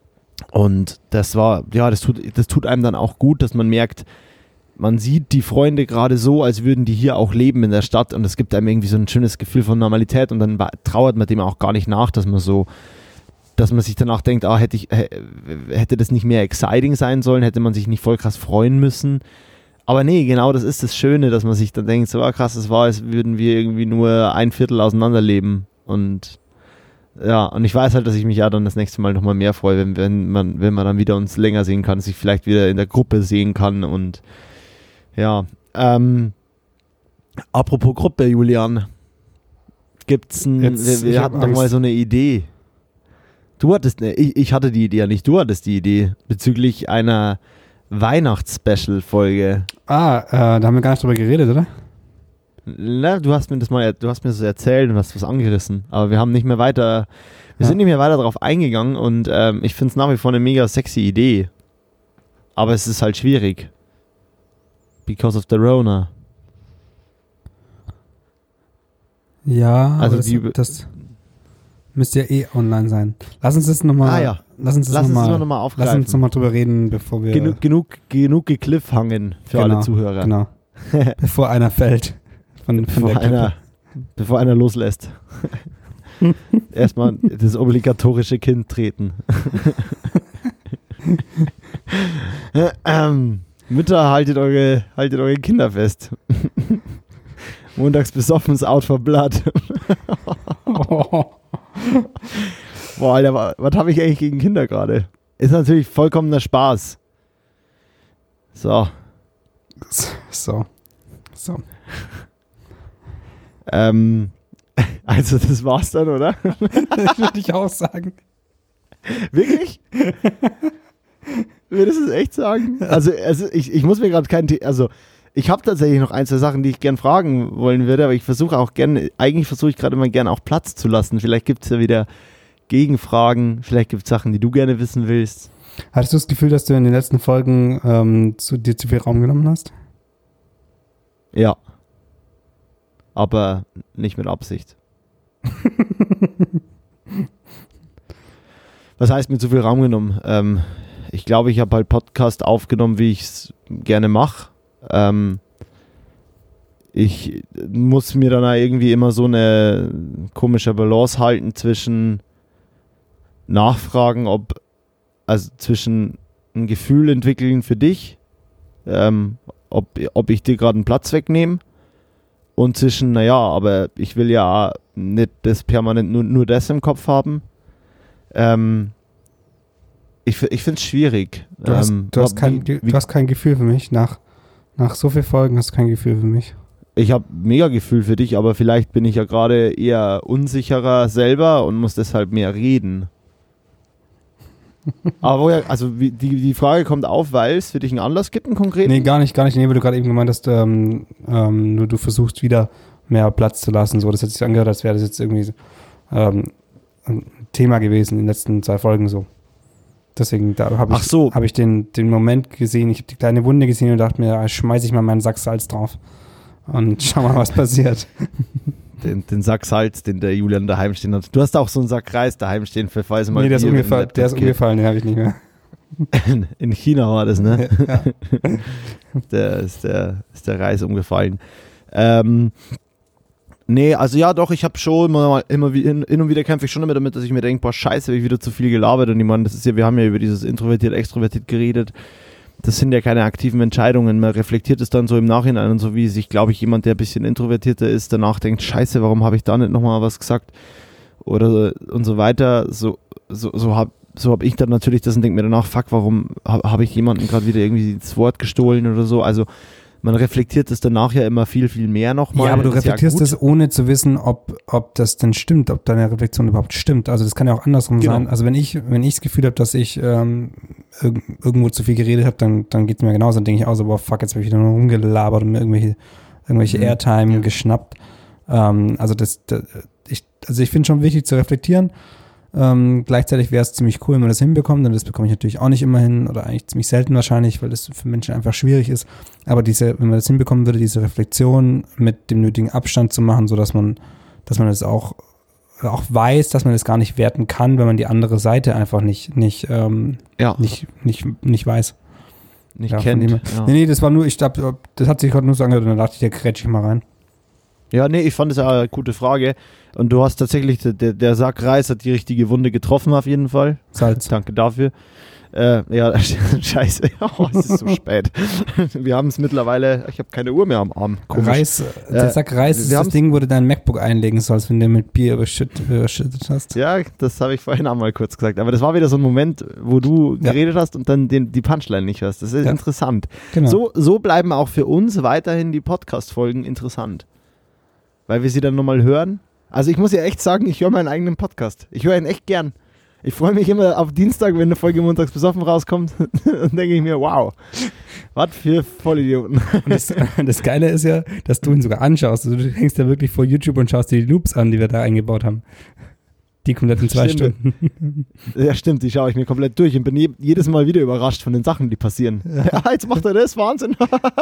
S1: und das war, ja, das tut, das tut einem dann auch gut, dass man merkt, man sieht die Freunde gerade so, als würden die hier auch leben in der Stadt und es gibt einem irgendwie so ein schönes Gefühl von Normalität und dann trauert man dem auch gar nicht nach, dass man so, dass man sich danach denkt, ah, hätte ich, hätte das nicht mehr exciting sein sollen, hätte man sich nicht voll krass freuen müssen. Aber nee, genau das ist das Schöne, dass man sich dann denkt, so ah, krass, das war, als würden wir irgendwie nur ein Viertel auseinanderleben und ja, und ich weiß halt, dass ich mich ja dann das nächste Mal nochmal mehr freue, wenn, wenn man, wenn man dann wieder uns länger sehen kann, sich vielleicht wieder in der Gruppe sehen kann und ja, ähm, apropos Gruppe, Julian, gibt's ein, Jetzt, wir, wir hatten doch mal so eine Idee. Du hattest, ne, ich, ich hatte die Idee ja nicht, du hattest die Idee bezüglich einer Weihnachts-Special-Folge.
S2: Ah, äh, da haben wir gar nicht drüber geredet, oder?
S1: Na, du hast mir das mal, du hast mir das erzählt und hast was angerissen, aber wir haben nicht mehr weiter, wir ja. sind nicht mehr weiter darauf eingegangen und ähm, ich finde es nach wie vor eine mega sexy Idee. aber es ist halt schwierig. Because of the Rona.
S2: Ja,
S1: also
S2: das,
S1: die,
S2: das müsste ja eh online sein. Lass uns das nochmal
S1: ah, ja.
S2: lass uns das
S1: lass
S2: nochmal
S1: uns noch mal aufgreifen.
S2: Lass uns nochmal drüber reden, bevor wir...
S1: Genug, genug, genug gekliffhangen für
S2: genau,
S1: alle Zuhörer.
S2: Genau, bevor einer fällt von, von
S1: bevor,
S2: der
S1: einer, bevor einer loslässt. Erstmal das obligatorische Kind treten. ähm, Mütter, haltet eure, haltet eure Kinder fest. Montags besoffenes Out for Blood.
S2: oh.
S1: Boah, Alter, was, was habe ich eigentlich gegen Kinder gerade? Ist natürlich vollkommener Spaß. So.
S2: So. So.
S1: Ähm, also das war's dann, oder?
S2: Das würde ich auch sagen.
S1: Wirklich? Würdest du es echt sagen? Also, also ich, ich muss mir gerade kein... The- also ich habe tatsächlich noch ein, zwei Sachen, die ich gern fragen wollen würde, aber ich versuche auch gerne, eigentlich versuche ich gerade immer gerne auch Platz zu lassen. Vielleicht gibt es ja wieder Gegenfragen, vielleicht gibt es Sachen, die du gerne wissen willst.
S2: Hattest du das Gefühl, dass du in den letzten Folgen ähm, zu, dir zu viel Raum genommen hast?
S1: Ja. Aber nicht mit Absicht. Was heißt mir zu viel Raum genommen? Ähm, ich glaube, ich habe halt Podcast aufgenommen, wie ich es gerne mache. Ähm, ich muss mir dann auch irgendwie immer so eine komische Balance halten zwischen Nachfragen, ob, also zwischen ein Gefühl entwickeln für dich, ähm, ob, ob ich dir gerade einen Platz wegnehme, und zwischen, naja, aber ich will ja nicht das permanent nur, nur das im Kopf haben. Ähm, ich ich finde es schwierig.
S2: Du hast,
S1: ähm,
S2: du, hast kein,
S1: wie,
S2: du hast kein Gefühl für mich. Nach, nach so vielen Folgen hast du kein Gefühl für mich.
S1: Ich habe mega Gefühl für dich, aber vielleicht bin ich ja gerade eher unsicherer selber und muss deshalb mehr reden. Aber woher, also wie, die, die Frage kommt auf, weil es für dich einen Anlass gibt, einen konkreten?
S2: Nee, gar nicht, gar nicht. Nee, weil du gerade eben gemeint hast, ähm, ähm, nur du versuchst wieder mehr Platz zu lassen. So, das hat sich angehört, als wäre das jetzt irgendwie ähm, ein Thema gewesen in den letzten zwei Folgen so. Deswegen da habe ich,
S1: so.
S2: hab ich den, den Moment gesehen, ich habe die kleine Wunde gesehen und dachte mir, da schmeiße ich mal meinen Sack Salz drauf und schau mal, was passiert.
S1: Den, den Sack Salz, den der Julian daheim stehen hat. Du hast auch so einen Sack Reis daheim stehen für falls mal.
S2: Nee, der ist,
S1: Bier,
S2: umgefallen, der ist umgefallen, den habe ich nicht mehr.
S1: In China war das, ne?
S2: Ja.
S1: der, ist der ist der Reis umgefallen. Ähm, nee, also ja doch, ich habe schon immer, immer hin und wieder kämpfe ich schon damit, dass ich mir denke, boah scheiße, habe ich wieder zu viel gelabert. Und ich meine, das ist ja, wir haben ja über dieses introvertiert, extrovertiert geredet. Das sind ja keine aktiven Entscheidungen. Man reflektiert es dann so im Nachhinein und so, wie sich, glaube ich, jemand, der ein bisschen introvertierter ist, danach denkt, scheiße, warum habe ich da nicht nochmal was gesagt? Oder und so weiter. So, so, so habe so hab ich dann natürlich das und denke mir danach, fuck, warum habe hab ich jemanden gerade wieder irgendwie das Wort gestohlen oder so? Also man reflektiert das danach ja immer viel, viel mehr nochmal.
S2: Ja, aber du
S1: das
S2: reflektierst das, ohne zu wissen, ob, ob das denn stimmt, ob deine Reflexion überhaupt stimmt. Also das kann ja auch andersrum
S1: genau.
S2: sein. Also wenn ich wenn ich das Gefühl habe, dass ich ähm, irg- irgendwo zu viel geredet habe, dann, dann geht es mir genauso. Dann denke ich auch so, boah, fuck, jetzt habe ich wieder nur rumgelabert und mir irgendwelche, irgendwelche
S1: Mhm.
S2: Airtime
S1: Ja.
S2: geschnappt. Ähm, also das, das ich, also ich finde schon wichtig zu reflektieren. Ähm, gleichzeitig wäre es ziemlich cool, wenn man das hinbekommt, und das bekomme ich natürlich auch nicht immer hin oder eigentlich ziemlich selten wahrscheinlich, weil das für Menschen einfach schwierig ist. Aber diese, wenn man das hinbekommen würde, diese Reflexion mit dem nötigen Abstand zu machen, sodass man, dass man das auch, auch weiß, dass man das gar nicht werten kann, wenn man die andere Seite einfach nicht, nicht, ähm,
S1: ja.
S2: nicht, nicht, nicht weiß.
S1: nicht
S2: Ja,
S1: kennt.
S2: von dem-
S1: Ja.
S2: Nee, nee, das war nur, ich glaube, das hat sich gerade nur so angehört und dann dachte ich, da kretsch ich mal rein.
S1: Ja, nee, ich fand es ja eine gute Frage. Und du hast tatsächlich, der, der Sack Reis hat die richtige Wunde getroffen auf jeden Fall.
S2: Salz.
S1: Danke dafür. Äh, ja, scheiße. Oh, es ist so spät. Wir haben es mittlerweile, ich habe keine Uhr mehr am Arm. Komisch.
S2: Reis, der
S1: Äh,
S2: Sack Reis ist
S1: wir
S2: das
S1: haben's-
S2: Ding, wo du dein MacBook einlegen sollst, wenn du mit Bier überschütt, überschüttet hast.
S1: Ja, das habe ich vorhin auch mal kurz gesagt. Aber das war wieder so ein Moment, wo du
S2: Ja.
S1: geredet hast und dann den, die Punchline nicht hörst. Das ist
S2: Ja.
S1: interessant.
S2: Genau.
S1: So, so bleiben auch für uns weiterhin die Podcast-Folgen interessant. Weil wir sie dann nochmal hören. Also ich muss ja echt sagen, ich höre meinen eigenen Podcast. Ich höre ihn echt gern. Ich freue mich immer auf Dienstag, wenn eine Folge montags besoffen rauskommt. Und denke ich mir, wow, was für Vollidioten.
S2: Und das, das Geile ist ja, dass du ihn sogar anschaust. Also du hängst ja wirklich vor YouTube und schaust dir die Loops an, die wir da eingebaut haben. Die komplett in zwei
S1: Stimmt.
S2: Stunden.
S1: Ja, stimmt, die schaue ich mir komplett durch und bin je, jedes Mal wieder überrascht von den Sachen, die passieren. Ja, jetzt macht er das, Wahnsinn.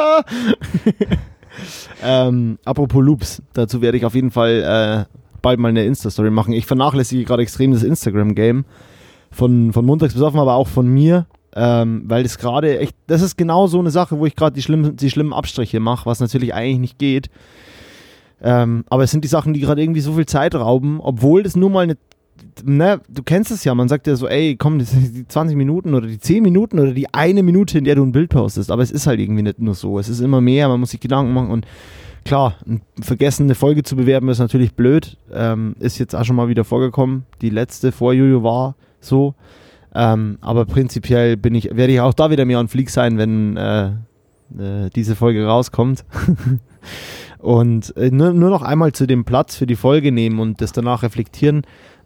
S1: ähm, apropos Loops, dazu werde ich auf jeden Fall äh, bald mal eine Insta-Story machen. Ich vernachlässige gerade extrem das Instagram-Game von, von montags besoffen, aber auch von mir, ähm, weil das gerade echt, das ist genau so eine Sache, wo ich gerade die schlimmen, die schlimmen Abstriche mache, was natürlich eigentlich nicht geht. Ähm, aber es sind die Sachen, die gerade irgendwie so viel Zeit rauben, obwohl das nur mal eine, ne, du kennst es ja, man sagt ja so, ey, komm, das sind die zwanzig Minuten oder die zehn Minuten oder die eine Minute, in der du ein Bild postest, aber es ist halt irgendwie nicht nur so, es ist immer mehr, man muss sich Gedanken machen und klar, vergessen eine Folge zu bewerben ist natürlich blöd, ähm, ist jetzt auch schon mal wieder vorgekommen, die letzte vor Jojo war so, ähm, aber prinzipiell bin ich, werde ich auch da wieder mehr on Fleek sein, wenn äh, äh, diese Folge rauskommt. Und äh, nur, nur noch einmal zu dem Platz für die Folge nehmen und das danach reflektieren.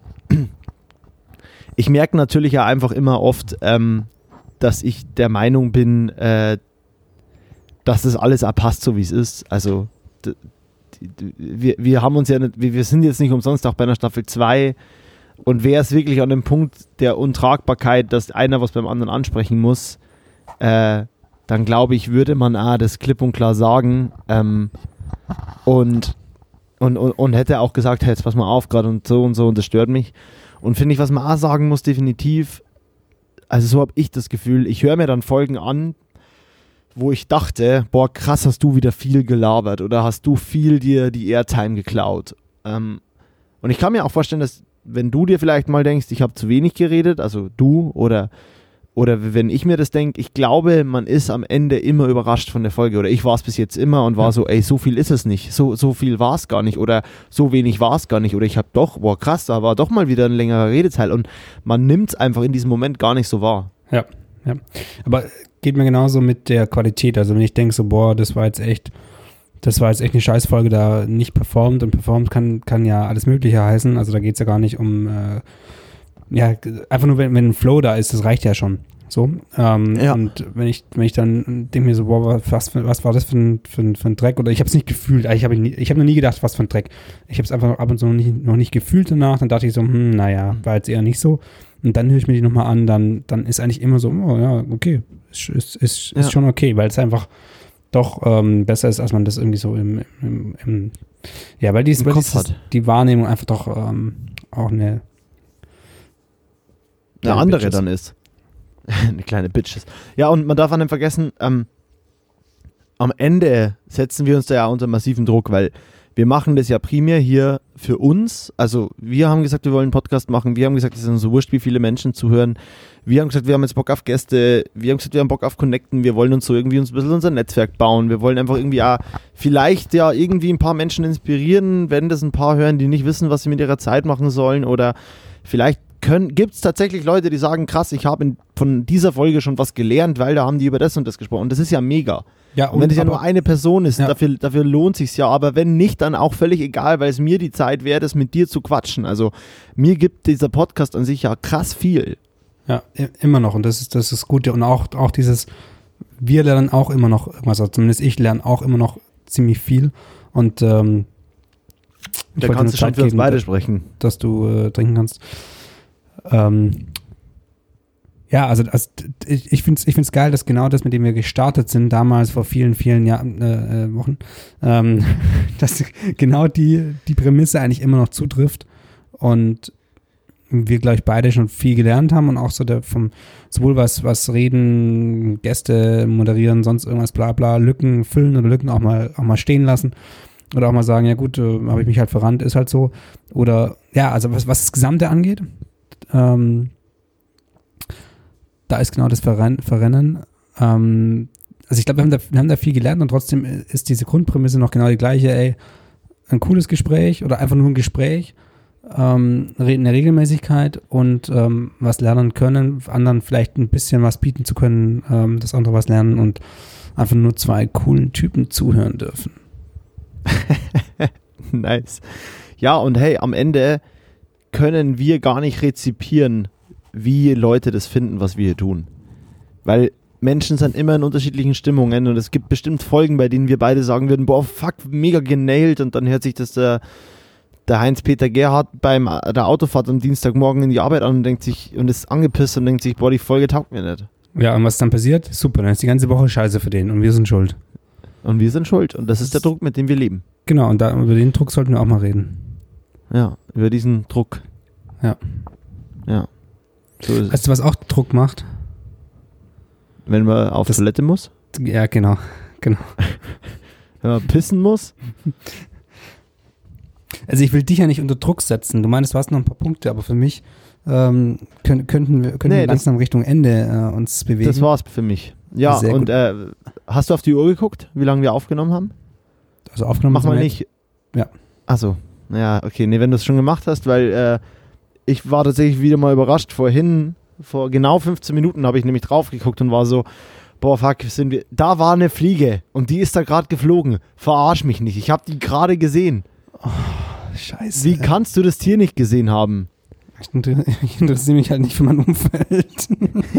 S1: Ich merke natürlich ja einfach immer oft, ähm, dass ich der Meinung bin, äh, dass das alles auch passt, so wie es ist. Also d- d- wir, wir haben uns ja nicht, wir, wir sind jetzt nicht umsonst auch bei einer Staffel zwei und wäre es wirklich an dem Punkt der Untragbarkeit, dass einer was beim anderen ansprechen muss, äh, dann glaube ich, würde man auch das klipp und klar sagen, ähm, Und, und, und, und hätte auch gesagt, hey, jetzt pass mal auf gerade und so und so und das stört mich. Und finde ich, was man auch sagen muss, definitiv, also so habe ich das Gefühl, ich höre mir dann Folgen an, wo ich dachte, boah krass, hast du wieder viel gelabert oder hast du viel dir die Airtime geklaut. Ähm, und ich kann mir auch vorstellen, dass wenn du dir vielleicht mal denkst, ich habe zu wenig geredet, also du oder Oder wenn ich mir das denke, ich glaube, man ist am Ende immer überrascht von der Folge. Oder ich war es bis jetzt immer und war ja. so, ey, so viel ist es nicht. So, so viel war es gar nicht. Oder so wenig war es gar nicht. Oder ich habe doch, boah krass, da war doch mal wieder ein längerer Redeteil. Und man nimmt es einfach in diesem Moment gar nicht so wahr.
S2: Ja, ja. Aber geht mir genauso mit der Qualität. Also wenn ich denke so, boah, das war jetzt echt, das war jetzt echt eine Scheißfolge, da nicht performt. Und performt kann, kann ja alles Mögliche heißen. Also da geht es ja gar nicht um... Äh, ja, einfach nur, wenn, wenn ein Flow da ist, das reicht ja schon. So. Ähm, ja. Und wenn ich, wenn ich dann denke mir so, boah, was, was war das für ein, für ein, für ein Dreck? Oder ich habe es nicht gefühlt. Ich habe ich hab noch nie gedacht, was für ein Dreck. Ich habe es einfach ab und zu noch nicht, noch nicht gefühlt danach. Dann dachte ich so, hm, naja, war jetzt eher nicht so. Und dann höre ich mir die nochmal an, dann, dann ist eigentlich immer so, oh ja, okay, ist, ist, ist, ja. ist schon okay, weil es einfach doch ähm, besser ist, als man das irgendwie so im, im, im ja, weil, dies, weil dies, hat. die Wahrnehmung einfach doch ähm, auch eine
S1: eine andere Bitches. Dann ist. Eine kleine Bitches. Ja, und man darf an dem vergessen, ähm, am Ende setzen wir uns da ja unter massiven Druck, weil wir machen das ja primär hier für uns. Also wir haben gesagt, wir wollen einen Podcast machen. Wir haben gesagt, es ist uns so wurscht, wie viele Menschen zuhören. Wir haben gesagt, wir haben jetzt Bock auf Gäste. Wir haben gesagt, wir haben Bock auf Connecten. Wir wollen uns so irgendwie uns ein bisschen unser Netzwerk bauen. Wir wollen einfach irgendwie auch vielleicht ja irgendwie ein paar Menschen inspirieren, wenn das ein paar hören, die nicht wissen, was sie mit ihrer Zeit machen sollen. Oder vielleicht gibt es tatsächlich Leute, die sagen, krass, ich habe von dieser Folge schon was gelernt, weil da haben die über das und das gesprochen. Und das ist ja mega. Ja, und, und wenn es ja nur eine Person ist, ja. dafür, dafür lohnt es sich ja. Aber wenn nicht, dann auch völlig egal, weil es mir die Zeit wert ist, mit dir zu quatschen. Also mir gibt dieser Podcast an sich ja krass viel.
S2: Ja, immer noch. Und das ist das ist gut. Und auch, auch dieses, wir lernen auch immer noch irgendwas. Also zumindest ich lerne auch immer noch ziemlich viel. Und ähm,
S1: da kannst du schon für uns beide dass, sprechen.
S2: Dass du äh, trinken kannst. Ähm, ja, also, also ich, ich finde es ich find's geil, dass genau das, mit dem wir gestartet sind, damals vor vielen, vielen Jahren, äh, Wochen, ähm, dass genau die, die Prämisse eigentlich immer noch zutrifft und wir, glaube ich, beide schon viel gelernt haben und auch so der vom, sowohl was, was Reden, Gäste moderieren, sonst irgendwas, bla bla, Lücken füllen oder Lücken auch mal, auch mal stehen lassen. Oder auch mal sagen, ja gut, äh, habe ich mich halt verrannt, ist halt so. Oder, ja, also was, was das Gesamte angeht, Ähm, da ist genau das Verren- Verrennen. Ähm, also ich glaube, wir haben, da, wir haben da viel gelernt und trotzdem ist diese Grundprämisse noch genau die gleiche. Ey, ein cooles Gespräch oder einfach nur ein Gespräch, ähm, eine Regelmäßigkeit und ähm, was lernen können, anderen vielleicht ein bisschen was bieten zu können, ähm, das andere was lernen und einfach nur zwei coolen Typen zuhören dürfen.
S1: Nice. Ja, und hey, am Ende können wir gar nicht rezipieren, wie Leute das finden, was wir hier tun. Weil Menschen sind immer in unterschiedlichen Stimmungen und es gibt bestimmt Folgen, bei denen wir beide sagen würden, boah, fuck, mega genailt und dann hört sich das der, der Heinz-Peter Gerhardt beim der Autofahrt am Dienstagmorgen in die Arbeit an und denkt sich und ist angepisst und denkt sich, boah, die Folge taugt mir nicht.
S2: Ja, und was dann passiert? Super, dann ist die ganze Woche scheiße für den und wir sind schuld.
S1: Und wir sind schuld und das ist der Druck, mit dem wir leben.
S2: Genau, und da, über den Druck sollten wir auch mal reden.
S1: Ja, über diesen Druck.
S2: Ja.
S1: Ja. So ist
S2: weißt du, was auch Druck macht?
S1: Wenn man auf
S2: das,
S1: Toilette muss?
S2: Ja, genau. genau.
S1: Wenn man pissen muss?
S2: Also ich will dich ja nicht unter Druck setzen. Du meinst, du hast noch ein paar Punkte, aber für mich ähm, können, könnten wir, könnten
S1: nee,
S2: wir langsam Richtung Ende äh, uns bewegen.
S1: Das war's für mich. Ja,
S2: Sehr
S1: und
S2: gut.
S1: äh, hast du auf die Uhr geguckt, wie lange wir aufgenommen haben?
S2: Also aufgenommen
S1: Mach
S2: haben
S1: mal
S2: wir
S1: nicht.
S2: jetzt. Ja.
S1: Achso. Ja, okay. Nee, wenn du es schon gemacht hast, weil äh, ich war tatsächlich wieder mal überrascht. Vorhin, vor genau fünfzehn Minuten habe ich nämlich drauf geguckt und war so, boah, fuck, sind wir, da war eine Fliege und die ist da gerade geflogen. Verarsch mich nicht. Ich habe die gerade gesehen.
S2: Oh, scheiße.
S1: Wie kannst du das Tier nicht gesehen haben?
S2: Ich inter- ich interessiere mich halt nicht für mein Umfeld.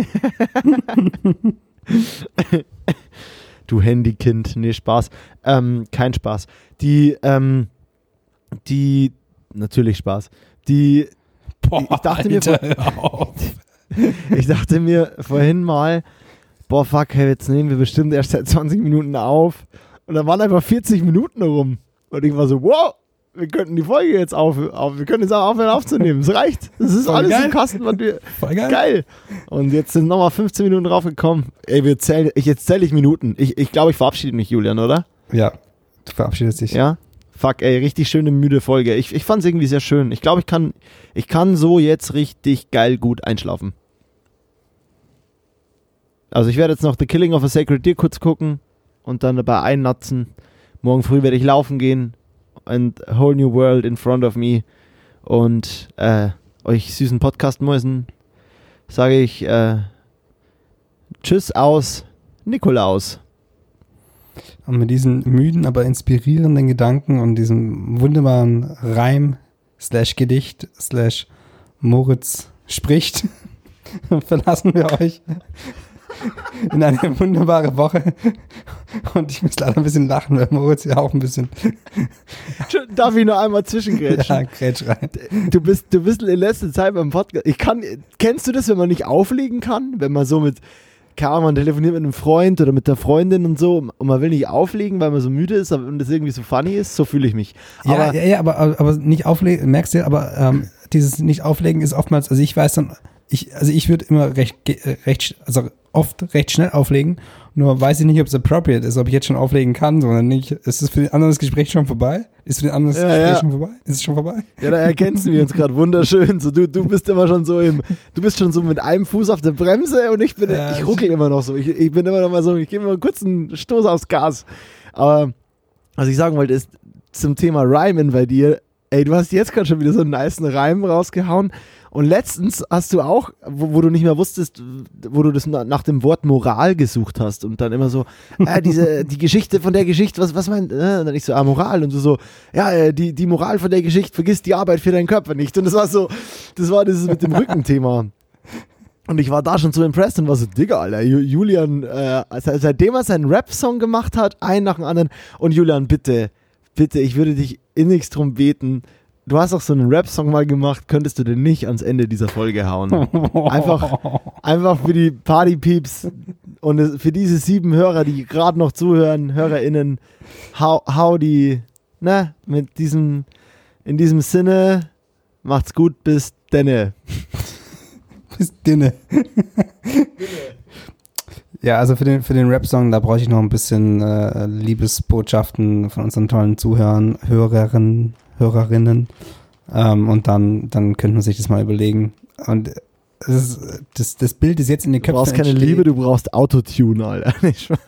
S1: Du Handykind. Nee, Spaß. Ähm, kein Spaß. Die, ähm, die, natürlich Spaß. Die,
S2: Boah,
S1: ich dachte
S2: Alter,
S1: mir,
S2: hör auf.
S1: ich dachte mir vorhin mal, boah, fuck, hey, jetzt nehmen wir bestimmt erst seit zwanzig Minuten auf. Und dann waren einfach vierzig Minuten rum. Und ich war so, wow, wir könnten die Folge jetzt auf, auf wir können jetzt auch aufhören aufzunehmen. Es reicht. Das ist
S2: Voll
S1: alles
S2: geil.
S1: im Kasten, was wir,
S2: Voll geil.
S1: geil. Und jetzt sind nochmal fünfzehn Minuten draufgekommen. Ey, wir zählen, ich, jetzt zähle ich Minuten. Ich, ich glaube, ich verabschiede mich, Julian, oder?
S2: Ja, du verabschiedest dich.
S1: Ja? Fuck, ey, richtig schöne, müde Folge. Ich, ich fand es irgendwie sehr schön. Ich glaube, ich kann, ich kann so jetzt richtig geil gut einschlafen. Also ich werde jetzt noch The Killing of a Sacred Deer kurz gucken und dann dabei einnatzen. Morgen früh werde ich laufen gehen and a whole new world in front of me. Und äh, euch süßen Podcast-Mäusen sage ich äh, Tschüss aus Nikolaus.
S2: Und mit diesen müden, aber inspirierenden Gedanken und diesem wunderbaren Reim slash Gedicht slash Moritz spricht, verlassen wir euch in eine wunderbare Woche. Und ich muss leider ein bisschen lachen, weil Moritz ja auch ein bisschen...
S1: Darf ich noch einmal zwischengrätschen?
S2: Ja, grätsch rein.
S1: Du bist, du bist in letzter Zeit beim Podcast. Ich kann, kennst du das, wenn man nicht auflegen kann? Wenn man so mit, keine Ahnung, man telefoniert mit einem Freund oder mit der Freundin und so und man will nicht auflegen, weil man so müde ist und das irgendwie so funny ist? So fühle ich mich.
S2: Ja,
S1: Aber
S2: ja, ja, aber, aber nicht auflegen, merkst du, aber ähm, dieses Nicht-Auflegen ist oftmals, also ich weiß dann, ich, also ich würde immer recht, recht, also oft recht schnell auflegen, nur weiß ich nicht, ob es appropriate ist, ob ich jetzt schon auflegen kann, sondern nicht. Ist es für den anderen das Gespräch schon vorbei? Ist für den anderen das
S1: Ja,
S2: Gespräch
S1: ja.
S2: schon vorbei? Ist es schon vorbei?
S1: ja, da ergänzen wir uns gerade wunderschön. So, du, du bist immer schon so im, du bist schon so mit einem Fuß auf der Bremse und ich bin,
S2: Ja,
S1: ich ruckel immer noch so. Ich, ich bin immer noch mal so, ich gebe immer kurz einen Stoß aufs Gas. Aber was ich sagen wollte, ist zum Thema Rhymen bei dir. Ey, du hast jetzt gerade schon wieder so einen nicen Reim rausgehauen. Und letztens hast du auch, wo, wo du nicht mehr wusstest, wo du das na, nach dem Wort Moral gesucht hast und dann immer so, äh, diese, die Geschichte von der Geschichte, was, was meint, äh, und dann ich so, ah, Moral und du so, ja, äh, die, die Moral von der Geschichte, vergiss die Arbeit für deinen Körper nicht. Und das war so, das war dieses mit dem Rückenthema. Und ich war da schon so impressed und war so, Digga, Alter, Ju- Julian, äh, seit- seitdem er seinen Rap-Song gemacht hat, einen nach dem anderen. Und Julian, bitte, bitte, ich würde dich innigst drum beten, du hast auch so einen Rap-Song mal gemacht, könntest du den nicht ans Ende dieser Folge hauen. Einfach, einfach für die Party-Peeps und es- für diese sieben Hörer, die gerade noch zuhören, HörerInnen, hau, hau die, ne, mit diesem, in diesem Sinne, macht's gut, bis denne.
S2: Bis Dinne. Ja, also für den, für den Rap-Song, da brauche ich noch ein bisschen äh, Liebesbotschaften von unseren tollen Zuhörern, Hörerinnen, Hörerinnen. Ähm, und dann, dann könnte man sich das mal überlegen. Und es ist, das, das Bild ist jetzt in den
S1: Du
S2: Köpfen
S1: brauchst keine
S2: entsteht.
S1: Liebe, du brauchst Autotune, Alter. Nicht wahr?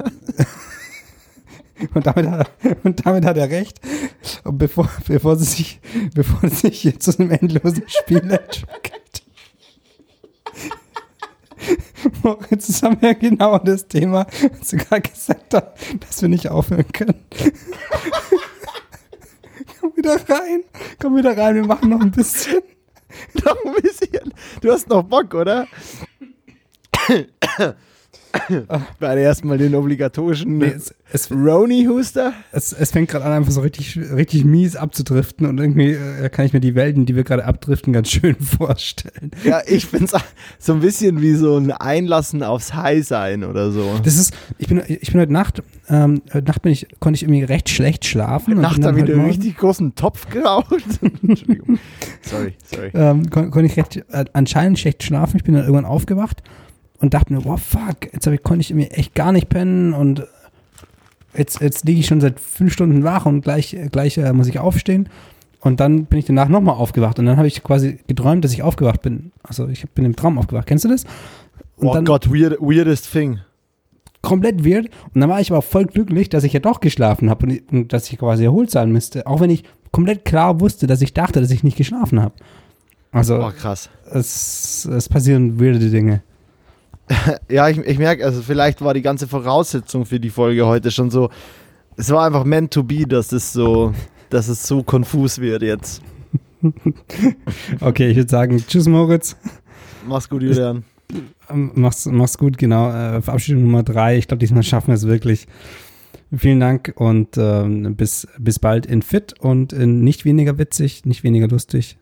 S2: Und damit, hat, und damit hat er recht. Und bevor, bevor sie sich, bevor sie sich jetzt zu einem endlosen Spiel entwickelt. Moritz, haben wir genau das Thema, was du gerade gesagt hast, dass wir nicht aufhören können. Komm wieder rein, komm wieder rein, wir machen noch ein bisschen.
S1: Noch ein bisschen. Du hast noch Bock, oder? Bei erstmal den obligatorischen
S2: Nee, es, es,
S1: Roni-Huster.
S2: es, es fängt gerade an, einfach so richtig, richtig mies abzudriften und irgendwie äh, kann ich mir die Welten, die wir gerade abdriften, ganz schön vorstellen.
S1: Ja, ich finde es so ein bisschen wie so ein Einlassen aufs High-Sein oder so.
S2: Das ist, ich bin, ich bin heute Nacht, ähm, heute Nacht bin ich, konnte ich irgendwie recht schlecht schlafen.
S1: Nacht
S2: und
S1: da wieder
S2: heute
S1: einen
S2: Morgen,
S1: richtig großen Topf geraucht. Entschuldigung. Sorry, sorry.
S2: ähm, kon, konnte ich recht, äh, anscheinend schlecht schlafen. Ich bin dann irgendwann aufgewacht und dachte mir, wow, fuck, jetzt hab ich, konnte ich irgendwie echt gar nicht pennen und jetzt, jetzt liege ich schon seit fünf Stunden wach und gleich, gleich äh, muss ich aufstehen. Und dann bin ich danach nochmal aufgewacht und dann habe ich quasi geträumt, dass ich aufgewacht bin. Also ich bin im Traum aufgewacht. Kennst du das? Und
S1: Oh
S2: dann
S1: Gott, weird, weirdest thing.
S2: komplett weird. Und dann war ich aber voll glücklich, dass ich ja doch geschlafen habe und, und dass ich quasi erholt sein müsste. Auch wenn ich komplett klar wusste, dass ich dachte, dass ich nicht geschlafen habe. Also
S1: Oh, krass.
S2: es, es passieren weirde Dinge.
S1: Ja, ich, ich merke, also vielleicht war die ganze Voraussetzung für die Folge heute schon so, es war einfach meant to be, dass es so, dass es so konfus wird jetzt.
S2: Okay, ich würde sagen, tschüss Moritz.
S1: Mach's gut, Julian.
S2: Ähm, Mach's, mach's gut, genau. Äh, Verabschiedung Nummer drei. Ich glaube, diesmal schaffen wir es wirklich. Vielen Dank und ähm, bis, bis bald in fit und in nicht weniger witzig, nicht weniger lustig.